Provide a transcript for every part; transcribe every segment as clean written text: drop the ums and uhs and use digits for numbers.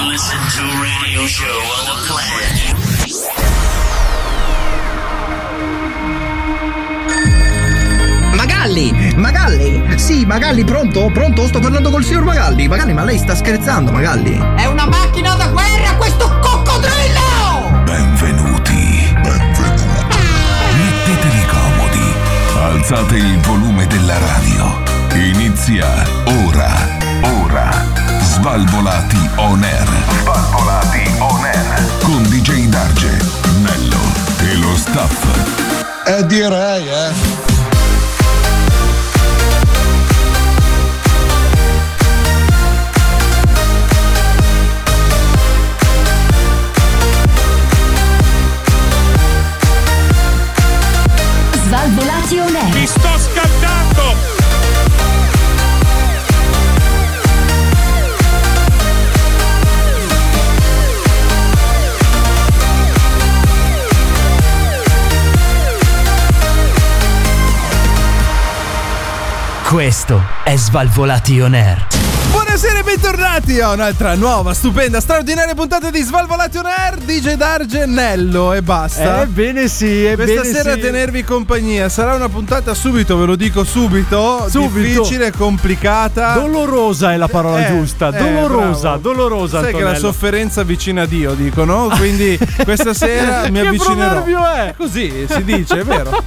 Listen to radio show on the planet. Magalli, sì, Magalli, pronto? Sto parlando col signor Magalli. Magalli, ma lei sta scherzando, Magalli? È una macchina da guerra questo coccodrillo! Benvenuti. Mettetevi comodi, alzate il volume della radio. Inizia ora. Svalvolati on air. Con DJ Darge, Nello e lo staff. Direi, Svalvolati on air. Mi sto scaldando! Questo è Svalvolati on air. Buonasera e bentornati a un'altra nuova, stupenda, straordinaria puntata di Svalvolati on air. DJ Darge, Nello e basta. Ebbene sì, Questa sera a tenervi compagnia. Sarà una puntata subito, ve lo dico subito. Difficile, complicata. Dolorosa è la parola giusta. Dolorosa. Sai Antonello. che la sofferenza avvicina a Dio, dicono. Quindi questa sera mi avvicinerò. Che proverbio è? Così si dice, è vero.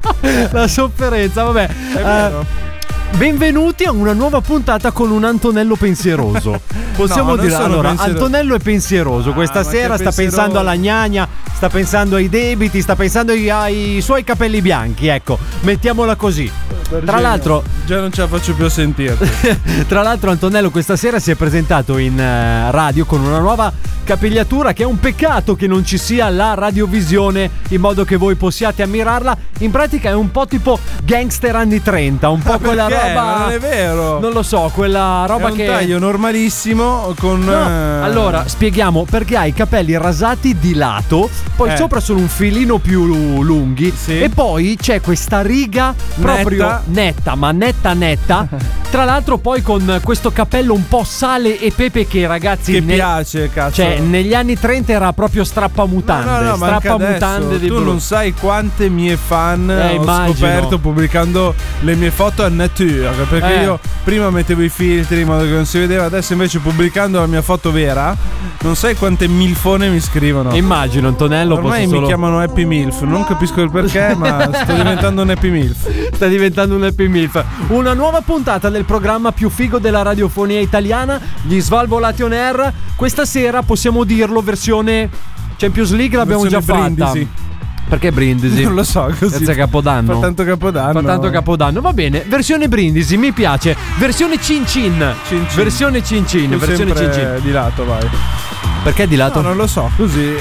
La sofferenza, vabbè. È vero. Benvenuti a una nuova puntata con un Antonello pensieroso. Possiamo dire, allora, Antonello è pensieroso. Questa sera sta pensando alla gnagna, sta pensando ai debiti, sta pensando ai suoi capelli bianchi, ecco, mettiamola così. Tra l'altro, già non ce la faccio più a sentire. Tra l'altro Antonello questa sera si è presentato in radio con una nuova capigliatura, che è un peccato che non ci sia la radiovisione in modo che voi possiate ammirarla. In pratica è un po' tipo gangster anni 30, un po' quella roba. Ma non è vero. Non lo so, quella roba è un che taglio normalissimo con Allora, spieghiamo perché ha i capelli rasati di lato, poi sopra sono un filino più lunghi, sì. E poi c'è questa riga proprio netta, ma netta. Tra l'altro poi con questo capello un po' sale e pepe che ragazzi che piace, cazzo. Cioè negli anni 30 era proprio strappamutande, no, strappamutande di tu blu. non sai quante mie fan ho immagino. scoperto pubblicando le mie foto a nature, perché io prima mettevo i filtri in modo che non si vedeva, adesso invece pubblicando la mia foto vera non sai quante milfone mi scrivono. Immagino, Antonello. Ormai mi chiamano Happy Milf, non capisco il perché, ma sto diventando un Happy Milf. Sta diventando un Happy Milf. Una nuova puntata del programma più figo della radiofonia italiana, gli Svalvolati on air. Questa sera possiamo dirlo, versione Champions League l'abbiamo già fatta. Perché Brindisi? Non lo so, così. È Capodanno. Fa tanto Capodanno. Va bene, versione Brindisi, mi piace. Versione Cin Cin. Versione Cin Cin. Versione Cin Cin. Di lato, vai. Perché di lato? No, non lo so, così.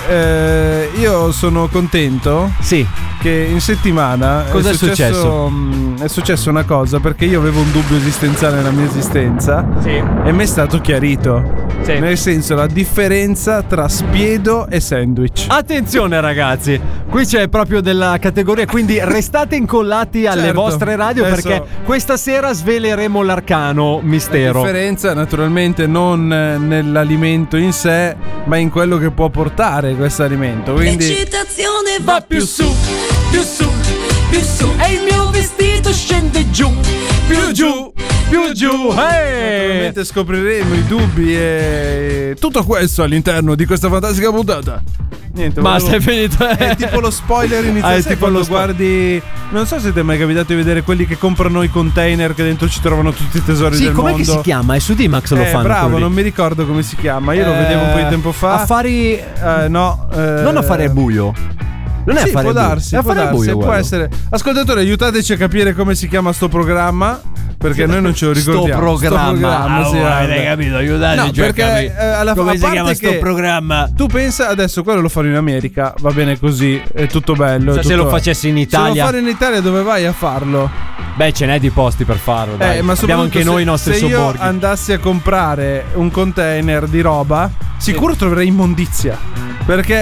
Io sono contento. Sì. Che in settimana cosa è successo? È successo una cosa, perché io avevo un dubbio esistenziale nella mia esistenza. Sì. E mi è stato chiarito. Sì. Nel senso, la differenza tra spiedo e sandwich. Attenzione ragazzi, qui c'è proprio della categoria, quindi restate incollati alle vostre radio, adesso, perché questa sera sveleremo l'arcano mistero. La differenza naturalmente non nell'alimento in sé, ma in quello che può portare questo alimento. Quindi L'eccitazione va più su, più su, più su, e il mio vestito scende giù, più giù, più giù. Naturalmente scopriremo i dubbi e tutto questo all'interno di questa fantastica puntata. Niente, basta, è finito. È tipo lo spoiler iniziale, tipo quando lo guardi. Non so se ti è mai capitato di vedere quelli che comprano i container che dentro ci trovano tutti i tesori del mondo. Sì, com'è che si chiama? E su D-Max lo fanno. Bravo, non mi ricordo come si chiama. Io lo vedevo un po' di tempo fa. Affari. No. Non affari al buio. Non è affare può darsi, buio. È affare buio, può essere. Ascoltatori, aiutateci a capire come si chiama sto programma, perché noi non ce lo ricordiamo. Sto programma sì, hai capito? Aiutateci, no, perché come si chiama sto programma? Tu pensa, adesso quello lo fanno in America, va bene così, è tutto bello. Cioè, tutto se lo facessi in Italia. Se lo fare in Italia, dove vai a farlo? Beh, ce n'è di posti per farlo, dai. Ma abbiamo anche noi i nostri sobborghi. Se io andassi a comprare un container di roba, sicuro troverei immondizia, perché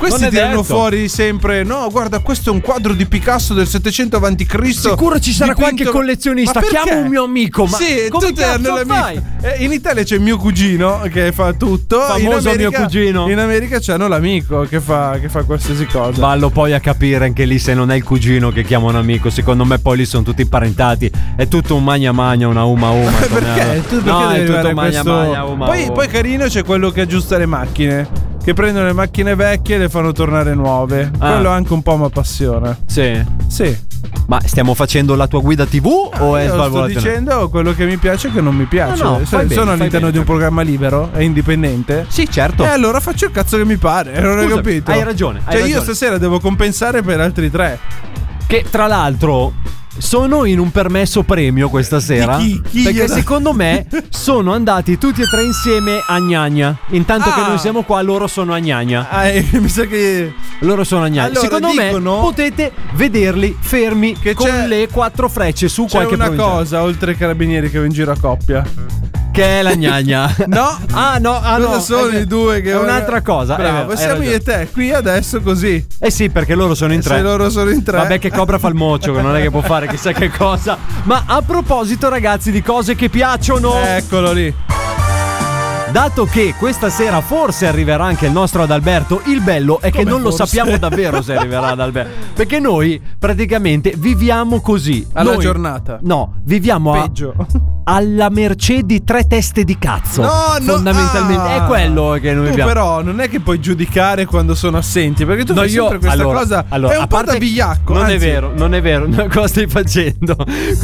Questi tirano fuori sempre. No, guarda, questo è un quadro di Picasso del 700 a.C. Sicuro ci sarà qualche collezionista. Chiamo un mio amico. Ma sì, come cazzo fai? In Italia c'è il mio cugino che fa tutto. Famoso mio cugino. In America c'hanno l'amico che fa qualsiasi cosa. Vallo poi a capire anche lì se non è il cugino che chiama un amico. Secondo me poi lì sono tutti imparentati. È tutto un magna una uma. Perché? No, è tutto magna uma. Poi carino c'è quello che aggiusta le macchine, che prendono le macchine vecchie e le fanno tornare nuove. Quello anche un po' mi appassiona. Sì. Ma stiamo facendo la tua guida TV o è svalvolazione? Sto dicendo quello che mi piace e che non mi piace. No, sono all'interno di un programma libero e indipendente. Sì, certo. E allora faccio il cazzo che mi pare. Non hai capito? Hai ragione. Io stasera devo compensare per altri 3. Che tra l'altro sono in un permesso premio questa sera. Chi perché secondo me sono andati tutti e 3 insieme a Gnagna. Intanto che noi siamo qua, loro sono a Gnagna. Mi sa che loro sono a Gnagna. Allora, secondo me potete vederli fermi che con le 4 frecce su qualche provincia. C'è una cosa oltre ai carabinieri che va in giro a coppia, che è la Gnagna. No. No. Sono i due che è un'altra cosa. Bravo, siamo io e te qui adesso così. Sì, perché loro sono in 3. Se loro sono in 3. Vabbè che Cobra fa il moccio, che non è che può fare chissà che cosa. Ma a proposito ragazzi di cose che piacciono, eccolo lì. Dato che questa sera forse arriverà anche il nostro Adalberto, il bello è che non lo sappiamo davvero se arriverà Adalberto, perché noi praticamente viviamo così. Alla giornata. No, viviamo peggio. Alla mercé di 3 teste di cazzo. Fondamentalmente è quello che noi abbiamo. Però non è che puoi giudicare quando sono assenti, perché tu fai sempre questa cosa. Allora, è un po' da vigliacco. Non è vero. Cosa stai facendo?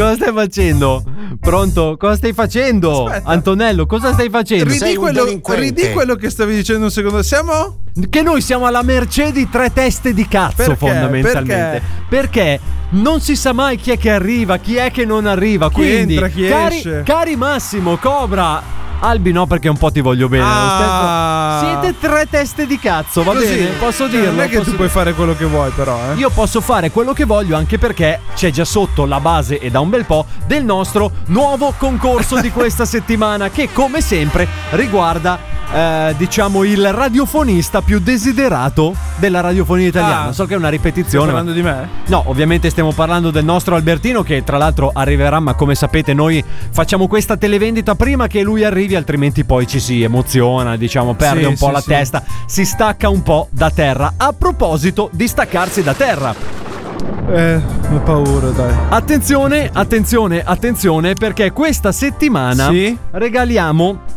Pronto? Cosa stai facendo? Aspetta. Antonello, cosa stai facendo? Ridi quello che stavi dicendo un secondo. Siamo? Che noi siamo alla mercé di 3 teste di cazzo. Fondamentalmente. Perché non si sa mai chi è che arriva, chi è che non arriva. Quindi entra, chi esce. Cari Massimo, Cobra, Albi no, perché un po' ti voglio bene. Siete 3 teste di cazzo, va bene? Posso dirlo? Non è che tu puoi fare quello che vuoi, però. Io posso fare quello che voglio, anche perché c'è già sotto la base, e da un bel po', del nostro nuovo concorso di questa settimana, che come sempre riguarda diciamo il radiofonista più desiderato della radiofonia italiana. So che è una ripetizione. Stiamo parlando di me? No, ovviamente stiamo parlando del nostro Albertino, che tra l'altro arriverà, ma come sapete noi facciamo questa televendita prima che lui arrivi, altrimenti poi ci si emoziona, diciamo, perde un po' la testa, si stacca un po' da terra. A proposito di staccarsi da terra, ho paura, dai. Attenzione, perché questa settimana regaliamo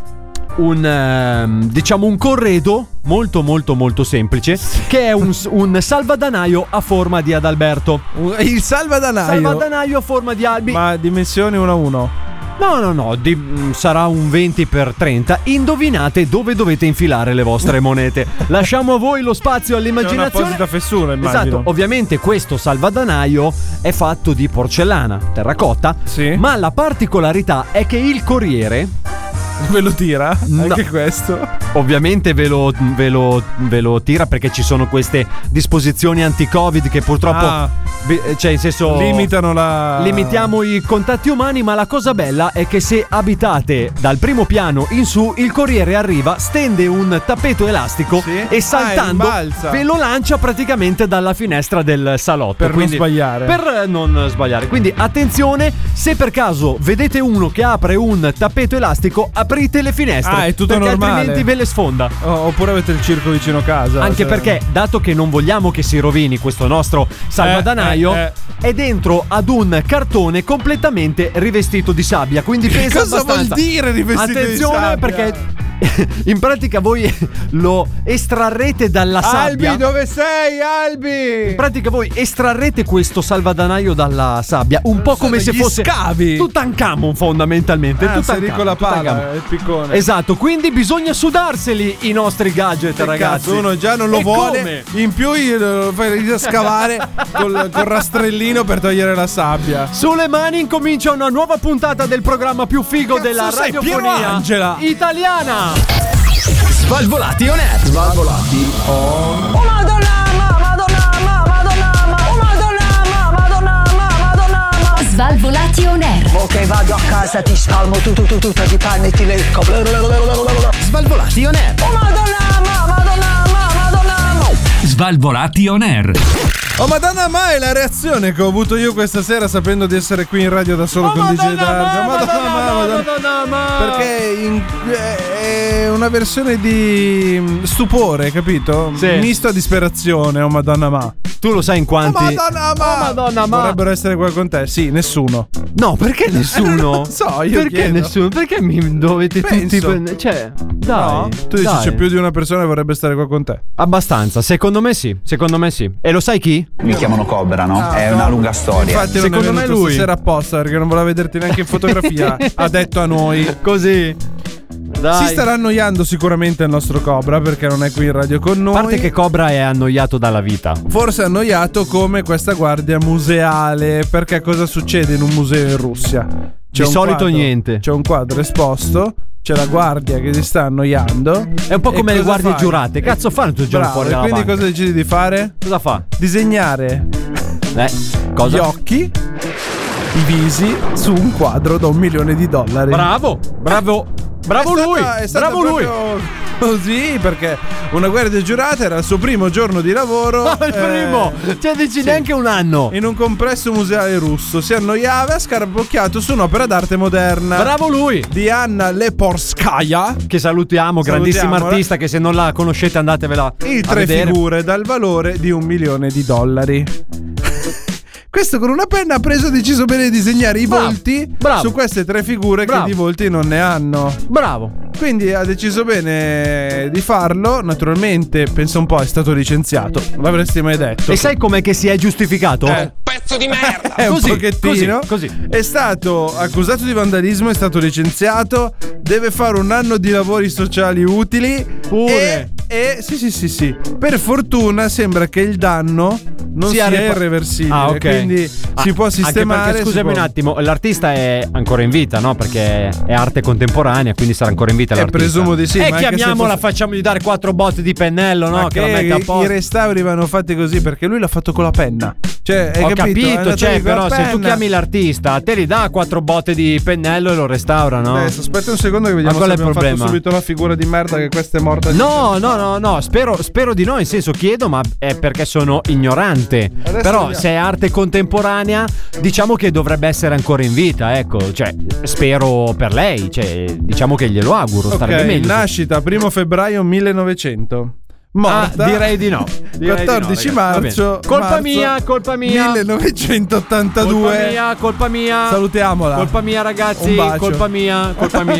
un corredo molto semplice, che è un salvadanaio a forma di Adalberto. Il salvadanaio a forma di Albi. Ma dimensioni 1:1? No, sarà un 20x30. Indovinate dove dovete infilare le vostre monete. Lasciamo a voi lo spazio all'immaginazione. C'è un'apposita fessura, immagino. Esatto, ovviamente questo salvadanaio è fatto di porcellana, terracotta. Ma la particolarità è che il corriere ve lo tira? No. Anche questo? Ovviamente ve lo tira, perché ci sono queste disposizioni anti-Covid che purtroppo cioè in senso limitiamo i contatti umani. Ma la cosa bella è che se abitate dal primo piano in su, il corriere arriva, stende un tappeto elastico e saltando ve lo lancia praticamente dalla finestra del salotto, per non sbagliare. Quindi attenzione, se per caso vedete uno che apre un tappeto elastico, aprite le finestre, è tutto normale, altrimenti ve le sfonda. Oppure avete il circo vicino casa. Anche perché, dato che non vogliamo che si rovini questo nostro salvadanaio, è dentro ad un cartone completamente rivestito di sabbia, quindi pesa abbastanza. Cosa vuol dire rivestito di sabbia? Attenzione, perché in pratica voi lo estrarrete dalla sabbia. Albi, dove sei, Albi? In pratica voi estrarrete questo salvadanaio dalla sabbia, un po' come se fosse scavi. Tutankhamon, fondamentalmente. Tutankhamon con la pala, il piccone. Esatto, quindi bisogna sudarseli i nostri gadget, ragazzi. Cazzo, uno già non lo vuole. Come? In più lo fai scavare col rastrellino per togliere la sabbia. Sulle mani incomincia una nuova puntata del programma più figo della radiofonia italiana. Svalvolati on air. Svalvolati on. Oh Madonna. Svalvolati on air. Ok, vado a casa, ti spalmo tutta di panne e ti lecco. Svalvolati on air. Oh Madonna. Svalvolati on Air. Oh madonna, mai la reazione che ho avuto io questa sera sapendo di essere qui in radio da solo con DJ Darge. Madonna, perché è una versione di stupore, capito? Sì. Misto a disperazione. Oh madonna, ma tu lo sai in quanti? Madonna, ma vorrebbero essere qua con te? Sì, nessuno. No, perché nessuno? Non lo so, io perché chiedo. Nessuno? Perché mi dovete tutti? Cioè, dai. No? Tu dici c'è più di una persona che vorrebbe stare qua con te? Abbastanza, secondo me sì. E lo sai chi? Mi chiamano Cobra, no? È una lunga storia. Infatti secondo me lui stasera apposta perché non voleva vederti neanche in fotografia. Ha detto a noi. Così. Dai. Si starà annoiando sicuramente il nostro Cobra perché non è qui in radio con noi. A parte che Cobra è annoiato dalla vita. Forse è annoiato come questa guardia museale. Perché cosa succede in un museo in Russia? Di solito niente. C'è un quadro esposto, c'è la guardia che si sta annoiando. È un po' come le guardie giurate. Cazzo fanno tutti i giorni fuori dalla quindi banca? cosa decidi di fare? Cosa fa? Disegnare cosa? gli occhi, i visi su un quadro da $1 milione. Bravo lui. Bravo lui. Così, perché una guardia giurata era il suo primo giorno di lavoro. Il primo. Cioè dici neanche un anno. In un complesso museale russo. Si annoiava e ha scarabocchiato su un'opera d'arte moderna. Bravo lui. Di Anna Leporskaya, che salutiamo, grandissima artista, che se non la conoscete andatevela in a 3 vedere. figure dal valore di $1 milione. Questo con una penna ha deciso bene di disegnare i volti su queste 3 figure che di volti non ne hanno. Bravo. Quindi ha deciso bene di farlo. Naturalmente, pensa un po', è stato licenziato. Non l'avresti mai detto. E sai com'è che si è giustificato? Pezzo di merda! È così, un pochettino così. È stato accusato di vandalismo, è stato licenziato. Deve fare un anno di lavori sociali utili. Pure. Sì. Per fortuna sembra che il danno non sia irreversibile. Ah, ok. Quindi si può sistemare. Anche perché, scusami un attimo, l'artista è ancora in vita, no? Perché è arte contemporanea, quindi sarà ancora in vita l'artista. Presumo di sì. E chiamiamola, facciamogli dare 4 botte di pennello, no? Che la mette a posto. I restauri vanno fatti così perché lui l'ha fatto con la penna. Cioè, hai Ho capito, cioè, però se tu chiami l'artista, te li dà 4 botte di pennello e lo restaura, no? Adesso aspetta un secondo che vediamo se abbiamo fatto subito la figura di merda che questa è morta. No, spero di no, in senso chiedo, ma è perché sono ignorante. Adesso però vediamo. se è arte contemporanea, diciamo che dovrebbe essere ancora in vita, ecco, cioè spero per lei, cioè diciamo che glielo auguro, starebbe meglio. Nascita 1 febbraio 1900. Morta direi di no. 14 marzo. Colpa mia. 1982. Colpa mia. Salutiamola. Colpa mia, ragazzi. Un bacio. Colpa mia.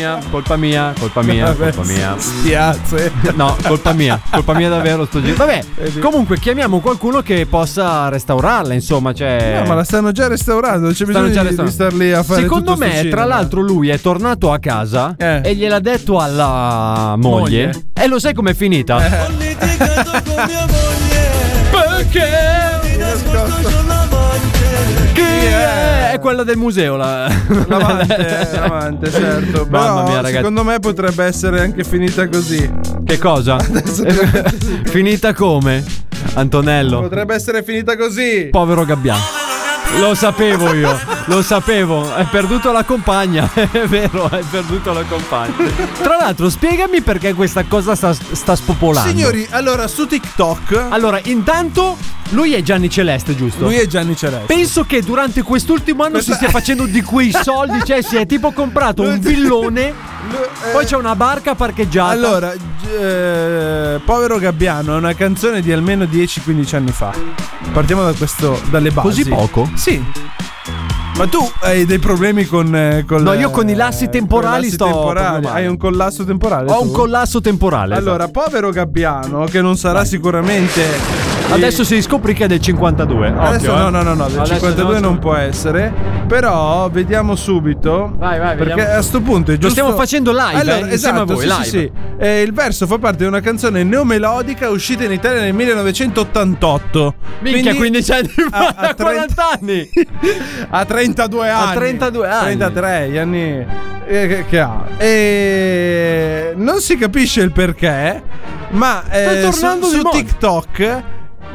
Spiace. No, colpa mia davvero sto giro. Vabbè, comunque chiamiamo qualcuno che possa restaurarla, insomma, cioè. No, ma la stanno già restaurando, non c'è bisogno di star lì a fare Secondo tutto me, sto tra cinema. l'altro, lui è tornato a casa e gliel'ha detto alla moglie. E lo sai com'è finita? Ho litigato con mia moglie perché Chi è quella del museo l'amante, certo. Mamma Però, mia, ragazzi, secondo me potrebbe essere anche finita così. Che cosa? Finita come? Antonello? Potrebbe essere finita così. Povero Gabbiano. Lo sapevo io, hai perduto la compagna, è vero, hai perduto la compagna. Tra l'altro, spiegami perché questa cosa sta spopolando. Signori, allora su TikTok. Allora, intanto lui è Gianni Celeste, giusto? Lui è Gianni Celeste. Penso che durante quest'ultimo anno si stia facendo di quei soldi, cioè si è tipo comprato un villone, poi c'è una barca parcheggiata. Allora, Povero Gabbiano è una canzone di almeno 10-15 anni fa. Partiamo dalle basi. Così poco? Sì. Ma tu hai dei problemi con no, io con i lassi temporali Hai un collasso temporale? Ho un collasso temporale. Allora, Povero Gabbiano, che non sarà sicuramente. Adesso si scopri che è del 52. Adesso Occhio, no, del adesso 52 non può essere. Però vediamo subito. Vai, perché vediamo. a sto punto è giusto. Lo stiamo facendo live, allora, insieme a voi, live. Sì. Il verso fa parte di una canzone neomelodica uscita in Italia nel 1988. Minchia, 15 anni fa, a 40 anni. A 32 anni. A 32 anni. 33 gli anni che ha. E non si capisce il perché, ma tornando su di moda. TikTok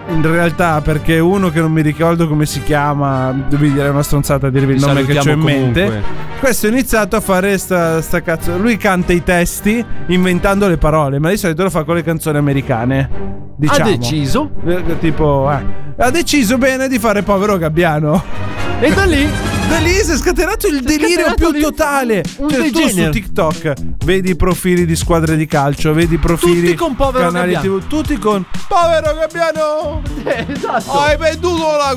in realtà, perché uno che non mi ricordo come si chiama, devi dire una stronzata a dirvi il nome che c'ho in mente. Questo ha iniziato a fare sta cazzo. Lui canta i testi inventando le parole, ma di solito lo fa con le canzoni americane. Diciamo. Ha deciso? Ha deciso bene di fare Povero Gabbiano. E da lì si è scatenato il delirio più totale. Cioè, tu su TikTok vedi i profili di squadre di calcio, vedi i profili tutti con Povero canali Gabbiano. TV, tutti con Povero Gabbiano. Esatto. Hai venduto la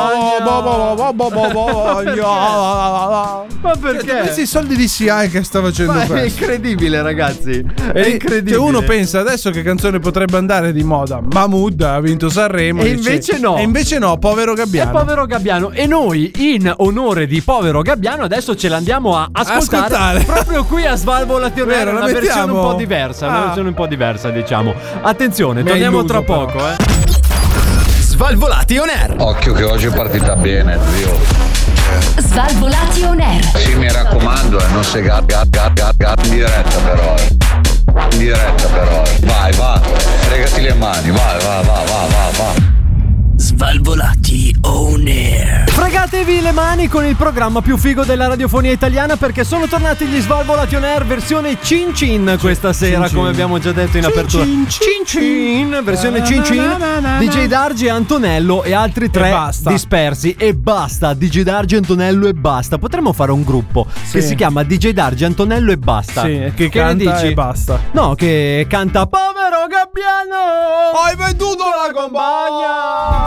compagna. Ma perché? Questi soldi di SIAE che sta facendo questo. È incredibile, ragazzi. È incredibile. Cioè, uno pensa adesso che canzone potrebbe andare di moda. Mahmood ha vinto Sanremo. E invece no. E invece no, Povero Gabbiano. È Povero Gabbiano. E noi, in onore di Povero Gabbiano, adesso ce l'andiamo a ascoltare. Proprio qui a Svalvolation Air. Una versione un po' diversa. Una versione un po' diversa, diciamo. Attenzione, torniamo tra poco, Svalvolation Air. Occhio che oggi è partita bene, zio. Svalvolation Air. Sì, mi raccomando, non sei in diretta però. In diretta però. Vai, fregati le mani, va. Svalvolati on air. Fregatevi le mani con il programma più figo della radiofonia italiana, perché sono tornati gli Svalvolation Air versione Cin Cin questa sera, come abbiamo già detto in apertura. Cin Cin, versione Cin Cin. DJ Dargi, Antonello e altri tre dispersi. E basta, DJ Dargi, Antonello e basta. Potremmo fare un gruppo che si chiama DJ Dargi, Antonello e basta. Sì, che canta dici? e basta. No, che canta Povero Gabbiano. Hai venduto la compagna.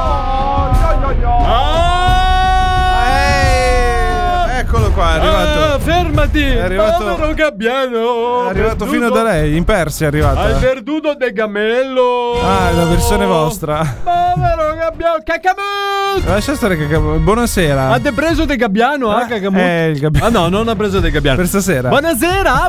Eccolo qua, è arrivato. Fermati! È arrivato. Povero Gabbiano! È arrivato fino da lei, in Persia è arrivato. Hai perduto de gamello! Ah, è la versione vostra. Povero Gabbiano! Cacamut! Lascia stare Cacamut. Buonasera. Ha preso de Gabbiano, Cacamut? Il Gabbiano. Ah no, non ha preso de Gabbiano. Per stasera. Buonasera.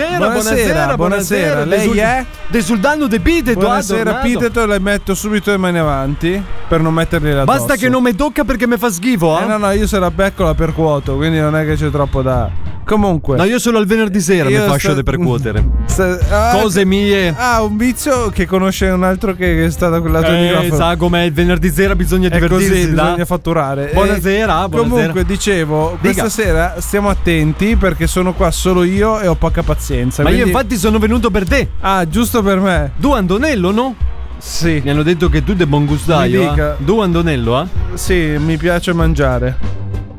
Lei è? De Sultano de Piteto. Buonasera Piteto, le metto subito le mani avanti per non metterli là Basta che non mi tocca perché mi fa schifo, No, io se la becco la percuoto, quindi non è che c'è troppo da... Comunque. No, io solo al venerdì sera mi faccio de percuotere. Cose mie. Un vizio che conosce un altro che sta da quel lato del microfono. Sa com'è, il venerdì sera bisogna divertirsi. Così, bisogna fatturare. Buonasera. Comunque dicevo, questa sera stiamo attenti perché sono qua solo io e ho poca pazienza. Ma io infatti sono venuto per te. Ah, giusto per me. Tu Antonello, no? Sì. Mi hanno detto che tu de buon gustaio. Tu Antonello, Sì, mi piace mangiare.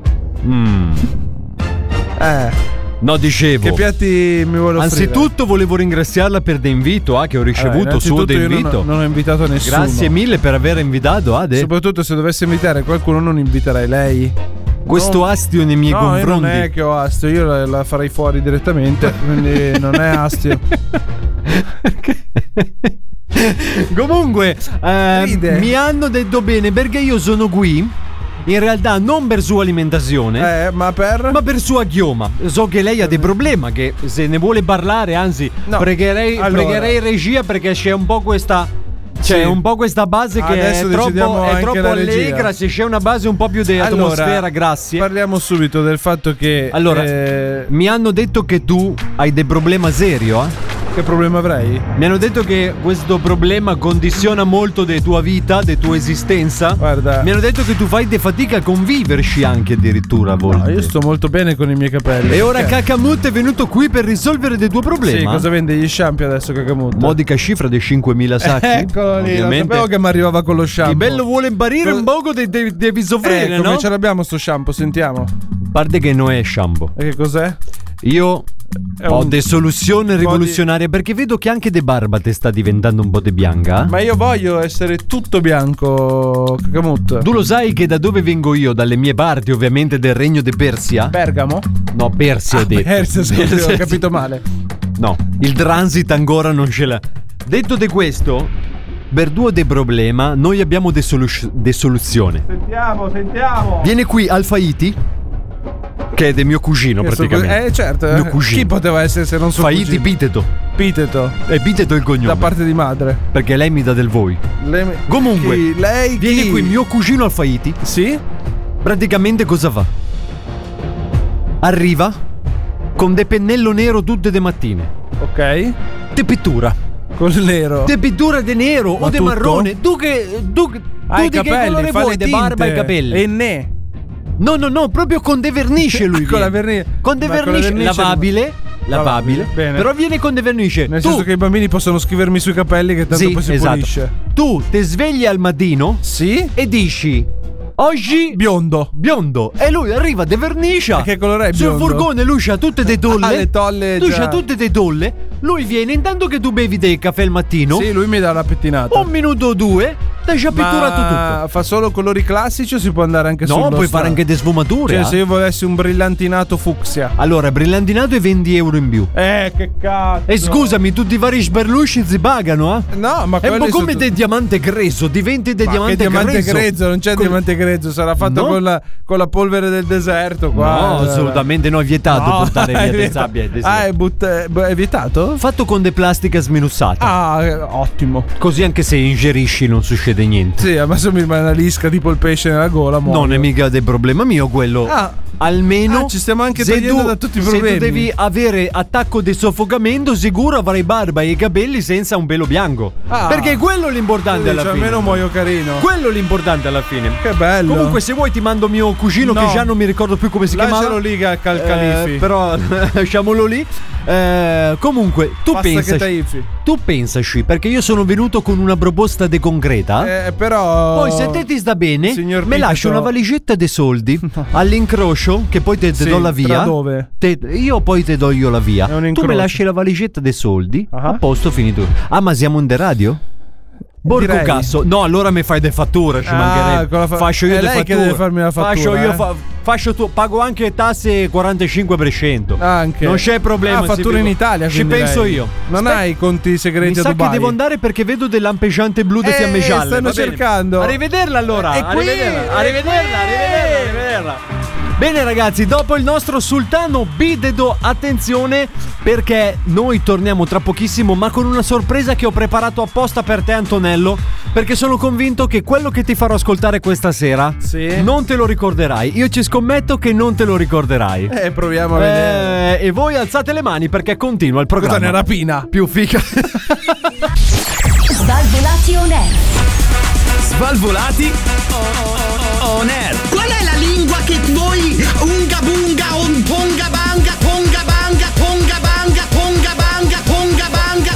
No, dicevo. Che piatti mi vuole offrire? Anzitutto volevo ringraziarla per l'invito che ho ricevuto suo invito. Non ho invitato nessuno. Grazie mille per aver invitato Ade. Soprattutto se dovessi invitare qualcuno non inviterei lei. Questo astio nei miei confronti. Non è che ho astio, io la farei fuori direttamente, quindi non è astio. Comunque mi hanno detto bene perché io sono qui. In realtà non per sua alimentazione, ma per sua chioma. So che lei ha dei problemi, che se ne vuole parlare, anzi, pregherei regia perché c'è un po' questa. C'è un po' questa base che è troppo allegra. Se c'è una base un po' più di atmosfera, grazie. Parliamo subito del fatto che mi hanno detto che tu hai dei problemi serio, Che problema avrei? Mi hanno detto che questo problema condiziona molto della tua vita, della tua esistenza. Guarda, mi hanno detto che tu fai de fatica a conviverci anche addirittura a volte. No, io sto molto bene con i miei capelli. E ora Cacamut è venuto qui per risolvere dei tuoi problemi. Sì, cosa vende gli shampoo adesso Cacamut? Modica cifra dei 5.000 sacchi. Eccolo lì, lo sapevo che mi arrivava con lo shampoo. Che bello vuole imparare un poco devi soffrire, no? Come ce l'abbiamo sto shampoo, sentiamo. A parte che non è shampoo. E che cos'è? Io ho delle soluzioni rivoluzionarie perché vedo che anche De Barba te sta diventando un po' de bianca. Ma io voglio essere tutto bianco, Cacamut. Tu lo sai che da dove vengo io? Dalle mie parti, ovviamente, del regno di Persia. Bergamo? No, Persia ho detto. Persia, scusi, ho capito male. No, il transit ancora non ce l'ha. Detto di questo, per due de problema, noi abbiamo de soluzione. Sentiamo. Viene qui Al-Faiti, che è del mio cugino praticamente. Certo. Mio cugino. Chi poteva essere se non suo Faiti cugino? Piteto. E Piteto è il cognome. Da parte di madre. Perché lei mi dà del voi. Comunque, viene qui mio cugino Al-Faiti. Sì? Praticamente cosa fa? Arriva con de pennello nero tutte le mattine. Ok. Te pittura. Col nero. De pittura de nero o de marrone. Tu di che colore vuoi? De barba e capelli. E ne. No, proprio con de vernice lui. Con la vernice. Con de vernice lavabile. Bene. Però viene con de vernice. Nel senso che i bambini possono scrivermi sui capelli che tanto poi si pulisce. Tu ti svegli al mattino. Sì. E dici: oggi biondo. E lui arriva de vernicia. E che colore è biondo? Sul furgone lui c'ha tutte de tolle. Le tolle. Lui c'ha tutte de tolle. Lui viene intanto che tu bevi del caffè al mattino. Sì, lui mi dà la pettinata. 1 minuto o 2. T'hai già pitturato tutto. Fa solo colori classici o si può andare anche sullo? No, puoi fare anche de sfumature. Cioè, se io volessi un brillantinato fucsia. Allora, brillantinato e 20 euro in più. Che cazzo. E scusami, tutti i vari sberlusci si pagano, eh? No, ma è un po' come del diamante grezzo. Diventi del diamante grezzo. Non c'è diamante grezzo, sarà fatto con la polvere del deserto qua. No, assolutamente no, è vietato portare via de sabbia. È vietato? Fatto con de plastica sminuzzata. Ottimo. Così anche se ingerisci non succede niente. Sì, ma se mi rimane una lisca tipo il pesce nella gola, non è mica del problema mio quello. Almeno ci stiamo anche togliendo da tutti i problemi. Se tu devi avere attacco di soffocamento, sicuro avrai barba e i capelli senza un pelo bianco. Perché quello è l'importante alla fine. Almeno muoio carino. Quello è l'importante alla fine. Che bello. Comunque, se vuoi ti mando mio cugino che già non mi ricordo più come si chiamava. Lascialo lì Califi. Però lasciamolo lì. Comunque tu pensaci, perché io sono venuto con una proposta de concreta. Però poi se te ti sta bene, mi lasci una valigetta dei soldi all'incrocio, che poi te do la via. Tra dove? Io poi te do io la via. Tu mi lasci la valigetta dei soldi. A posto, finito. Ma siamo in de radio? Borgo Casso. No, allora mi fai de fatture. Ci mancherebbe. Faccio io de fatture. Che deve farmi la fattura. Faccio tu. Pago anche tasse 45%. Anche. Non c'è problema. Fattura in Italia. Ci penso io. Non hai conti segreti a Dubai? Mi sa che devo andare perché vedo del lampeggiante blu di fiamme gialle. Stanno cercando. Arrivederla allora. Arrivederla. Bene ragazzi, dopo il nostro sultano bidedo, attenzione perché noi torniamo tra pochissimo, ma con una sorpresa che ho preparato apposta per te Antonello, perché sono convinto che quello che ti farò ascoltare questa sera non te lo ricorderai. Io ci scommetto che non te lo ricorderai. Proviamo a vedere. E voi alzate le mani perché continua il programma. Cosa ne rapina? Più fica. Svalvolati on air. Svalvolati on air. Qual è la lingua che voi unga bunga un ponga banga ponga banga ponga banga ponga banga ponga banga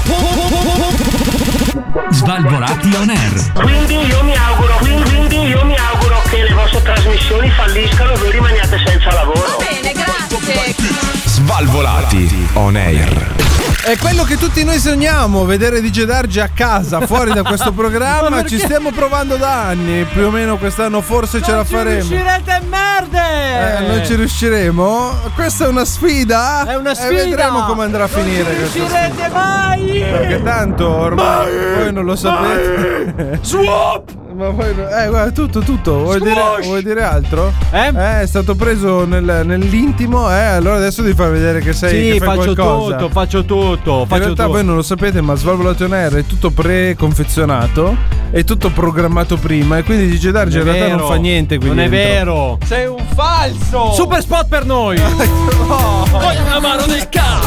Svalvolati on air. Quindi io mi auguro che le vostre trasmissioni falliscano e voi rimaniate senza lavoro. Va bene, grazie. Svalvolati on air. È quello che tutti noi sogniamo, vedere DJ Darge a casa, fuori da questo programma. Ci stiamo provando da anni. Più o meno quest'anno forse ce la faremo. Non ci riuscirete, merde! Non ci riusciremo? Questa è una sfida? È una sfida! E vedremo come andrà a finire. Non ci riuscirete mai! Perché tanto ormai voi non lo sapete. Swap! Ma poi guarda, tutto. Vuoi dire altro? È stato preso nell'intimo, allora adesso devi far vedere che sei che fai qualcosa. Faccio tutto. In realtà voi non lo sapete, ma Svalvolati on air è tutto preconfezionato, è tutto programmato prima, e quindi DJ Darge in realtà non fa niente qui non dentro. È vero. Sei un falso. Super spot per noi. Voglio una mano del capo.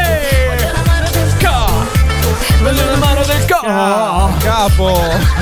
Voglio una mano del capo.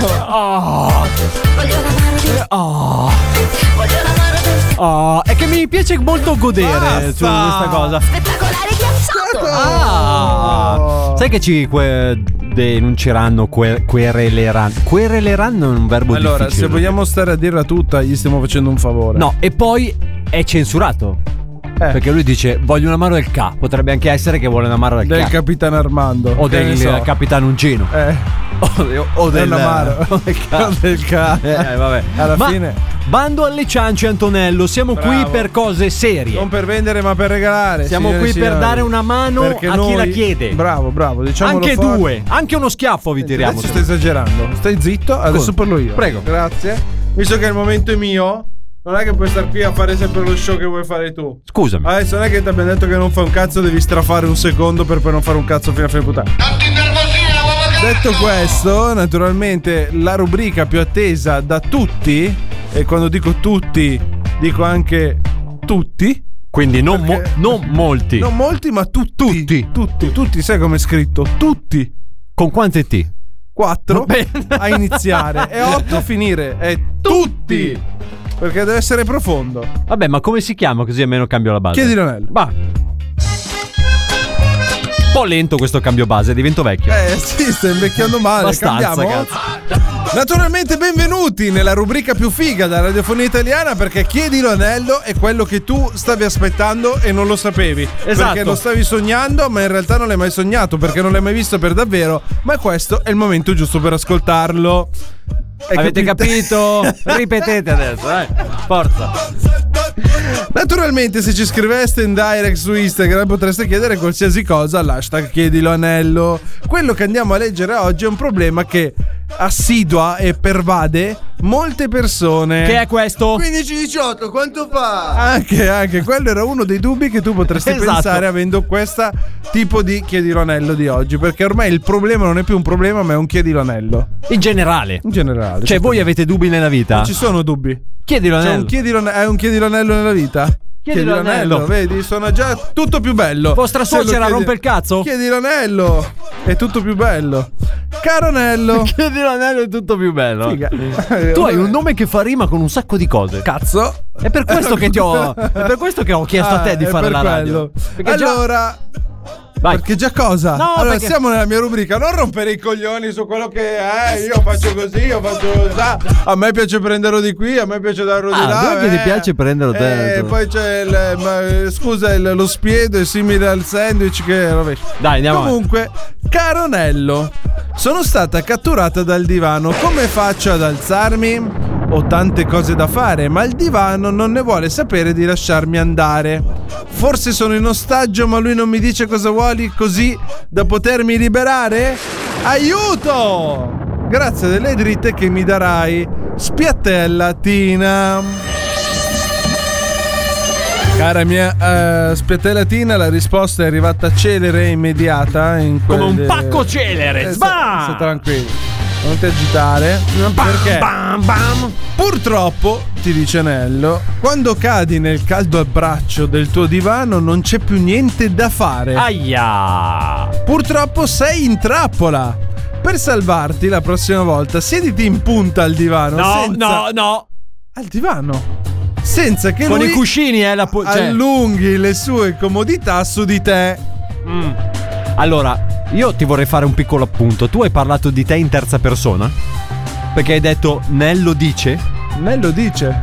È che mi piace molto godere su questa cosa. Spettacolare ghiacciato. Sai che ci denunceranno, quereleranno è un verbo difficile. Allora, se vogliamo stare a dirla tutta, gli stiamo facendo un favore. No, e poi è censurato. Perché lui dice voglio un amaro del K. Potrebbe anche essere che vuole un amaro del Capitano Armando o del Capitano Ungino o del amaro del K. Vabbè. Alla fine bando alle ciance Antonello. Siamo qui per cose serie, non per vendere ma per regalare. Siamo qui per dare una mano a chi la chiede. Bravo diciamolo anche forte. Due, anche uno schiaffo vi tiriamo. Adesso stai esagerando. Stai zitto, adesso parlo io. Prego. Grazie. Visto che il momento è mio, non è che puoi star qui a fare sempre lo show che vuoi fare tu. Scusami. Adesso non è che ti abbiamo detto che non fai un cazzo, devi strafare un secondo per poi non fare un cazzo fino a fine puntata. Detto questo, naturalmente la rubrica più attesa da tutti, e quando dico tutti dico anche tutti, quindi non molti. Non molti, ma tutti. Tutti, sai come è scritto? Tutti. Con quante T? 4 a iniziare e 8 a finire. È tutti. Perché deve essere profondo. Vabbè, ma come si chiama? Così almeno cambio la base. Chiedi l'anello. Va. Un po' lento questo cambio base, divento vecchio. Sì, sta invecchiando male. Abbastanza, cambiamo. cazzo. Naturalmente benvenuti nella rubrica più figa della radiofonia italiana, perché Chiedi l'anello è quello che tu stavi aspettando e non lo sapevi. Esatto. Perché lo stavi sognando, ma in realtà non l'hai mai sognato, perché non l'hai mai visto per davvero. Ma questo è il momento giusto per ascoltarlo. Avete capito? Ripetete adesso, forza. Naturalmente, se ci scriveste in direct su Instagram potreste chiedere qualsiasi cosa all'hashtag Chiedilo Anello. Quello che andiamo a leggere oggi è un problema che assidua e pervade molte persone. Che è questo? 15-18, quanto fa? Anche quello era uno dei dubbi che tu potresti pensare avendo questo tipo di Chiedilo Anello di oggi, perché ormai il problema non è più un problema, ma è un Chiedilo Anello. In generale. Cioè, voi avete dubbi nella vita? Non ci sono dubbi. Chiedilo Anello. Hai un Chiedilo Anello nella vita? Chiedilo Anello. Vedi, sono già tutto più bello. Vostra suocera rompe il cazzo? Chiedilo Anello. È tutto più bello. Caro Anello. Chiedilo Anello è tutto più bello. Figa. Tu hai un nome che fa rima con un sacco di cose. Cazzo. È per questo che ho chiesto a te di fare la radio. Perché allora Vai. Perché già cosa? No, allora perché... siamo nella mia rubrica. Non rompere i coglioni su quello che io faccio così, io faccio così. A me piace prenderlo di qui, a me piace darlo di là. Dove ti piace prenderlo te? Poi c'è lo spiedo è simile al sandwich che rovescia. Dai, andiamo. Comunque, caro Nello, sono stata catturata dal divano. Come faccio ad alzarmi? Ho tante cose da fare, ma il divano non ne vuole sapere di lasciarmi andare. Forse sono in ostaggio, ma lui non mi dice cosa vuole, così da potermi liberare? Aiuto! Grazie delle dritte che mi darai. Spiattella Tina. Cara mia Spiattella Tina, la risposta è arrivata celere e immediata. Come un pacco celere. Stai tranquillo. Non ti agitare, perché purtroppo, ti dice Nello, quando cadi nel caldo abbraccio del tuo divano non c'è più niente da fare. Aia! Purtroppo sei in trappola. Per salvarti la prossima volta siediti in punta al divano. No. Al divano. Senza che con lui i cuscini allunghi le sue comodità su di te. Allora, io ti vorrei fare un piccolo appunto. Tu hai parlato di te in terza persona? Perché hai detto Nello dice? Nello dice.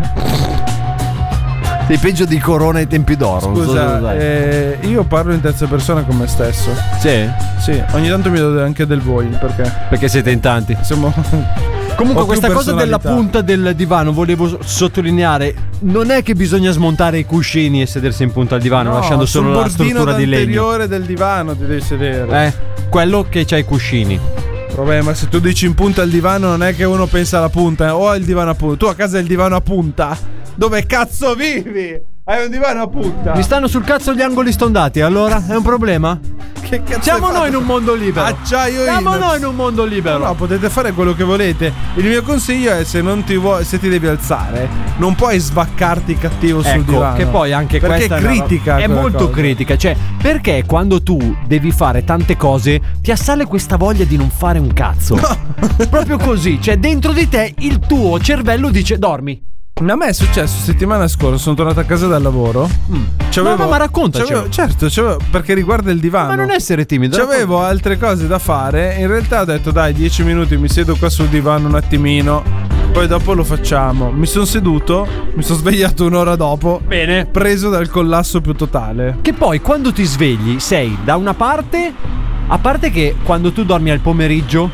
Sei peggio di Corona ai tempi d'oro. Scusa, io parlo in terza persona con me stesso. Sì? Sì, ogni tanto mi do anche del voi. Perché siete in tanti. Comunque questa cosa della punta del divano volevo sottolineare. Non è che bisogna smontare i cuscini e sedersi in punta al divano, lasciando solo la struttura di legno. Sul bordino del divano ti devi sedere. Quello che c'ha i cuscini. Vabbè, ma se tu dici in punta al divano non è che uno pensa alla punta, o al divano a punta. Tu a casa hai il divano a punta. Dove cazzo vivi? Hai un divano a punta. Mi stanno sul cazzo gli angoli stondati, allora? È un problema? Che cazzo siamo noi in un mondo libero. Siamo noi in un mondo libero. No, potete fare quello che volete. Il mio consiglio è se ti devi alzare, non puoi svaccarti cattivo sul divano. Che poi anche perché questa è critica. È molto critica. Cioè, perché quando tu devi fare tante cose ti assale questa voglia di non fare un cazzo. No. Proprio così. Cioè, dentro di te il tuo cervello dice dormi. A me è successo settimana scorsa, sono tornato a casa dal lavoro. Ma raccontaci. Certo, perché riguarda il divano. Ma non essere timido. C'avevo altre cose da fare. In realtà ho detto dai, 10 minuti mi siedo qua sul divano un attimino, poi dopo lo facciamo. Mi sono seduto, mi sono svegliato un'ora dopo. Bene. Preso dal collasso più totale. Che poi quando ti svegli sei da una parte, a parte che quando tu dormi al pomeriggio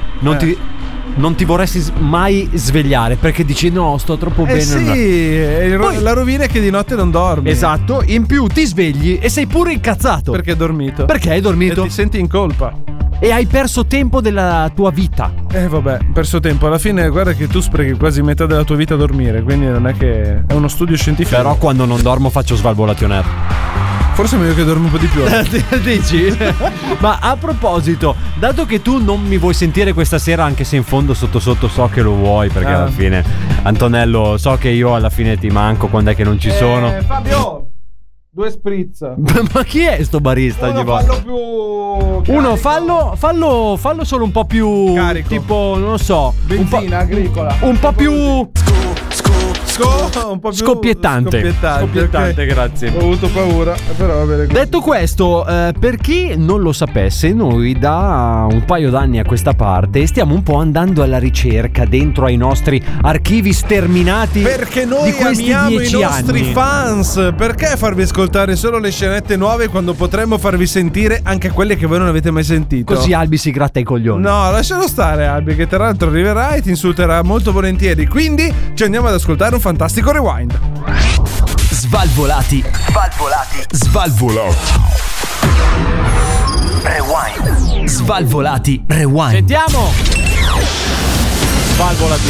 non ti vorresti mai svegliare perché dici no, sto troppo bene. Sì, poi, la rovina è che di notte non dormi. Esatto, in più ti svegli e sei pure incazzato. Perché hai dormito. Perché hai dormito? E ti senti in colpa. E hai perso tempo della tua vita. Vabbè, perso tempo. Alla fine guarda che tu sprechi quasi metà della tua vita a dormire. Quindi non è che è uno studio scientifico. Però quando non dormo faccio Svalvolation Air. Forse è meglio che dormi un po' di più. Dici? Ma a proposito, dato che tu non mi vuoi sentire questa sera, anche se in fondo sotto sotto so che lo vuoi, perché alla fine Antonello, so che io alla fine ti manco quando è che non ci sono. Fabio! 2 spritz. Ma chi è sto barista? Uno fallo più carico. Uno fallo solo un po' più carico. Tipo, non lo so, benzina agricola. Un po' più un po' più scoppiettante, okay. Grazie. Ho avuto paura, però va bene. Detto questo, per chi non lo sapesse, noi da un paio d'anni a questa parte stiamo un po' andando alla ricerca dentro ai nostri archivi sterminati. Perché noi di questi amiamo i 10 nostri anni. fans. Perché farvi ascoltare solo le scenette nuove quando potremmo farvi sentire anche quelle che voi non avete mai sentito? Così Albi si gratta i coglioni. No, lascialo stare Albi, che tra l'altro arriverà e ti insulterà molto volentieri. Quindi ci andiamo ad ascoltare un fantastico rewind. Svalvolati. Rewind. Svalvolati. Rewind. Sentiamo. Svalvolati.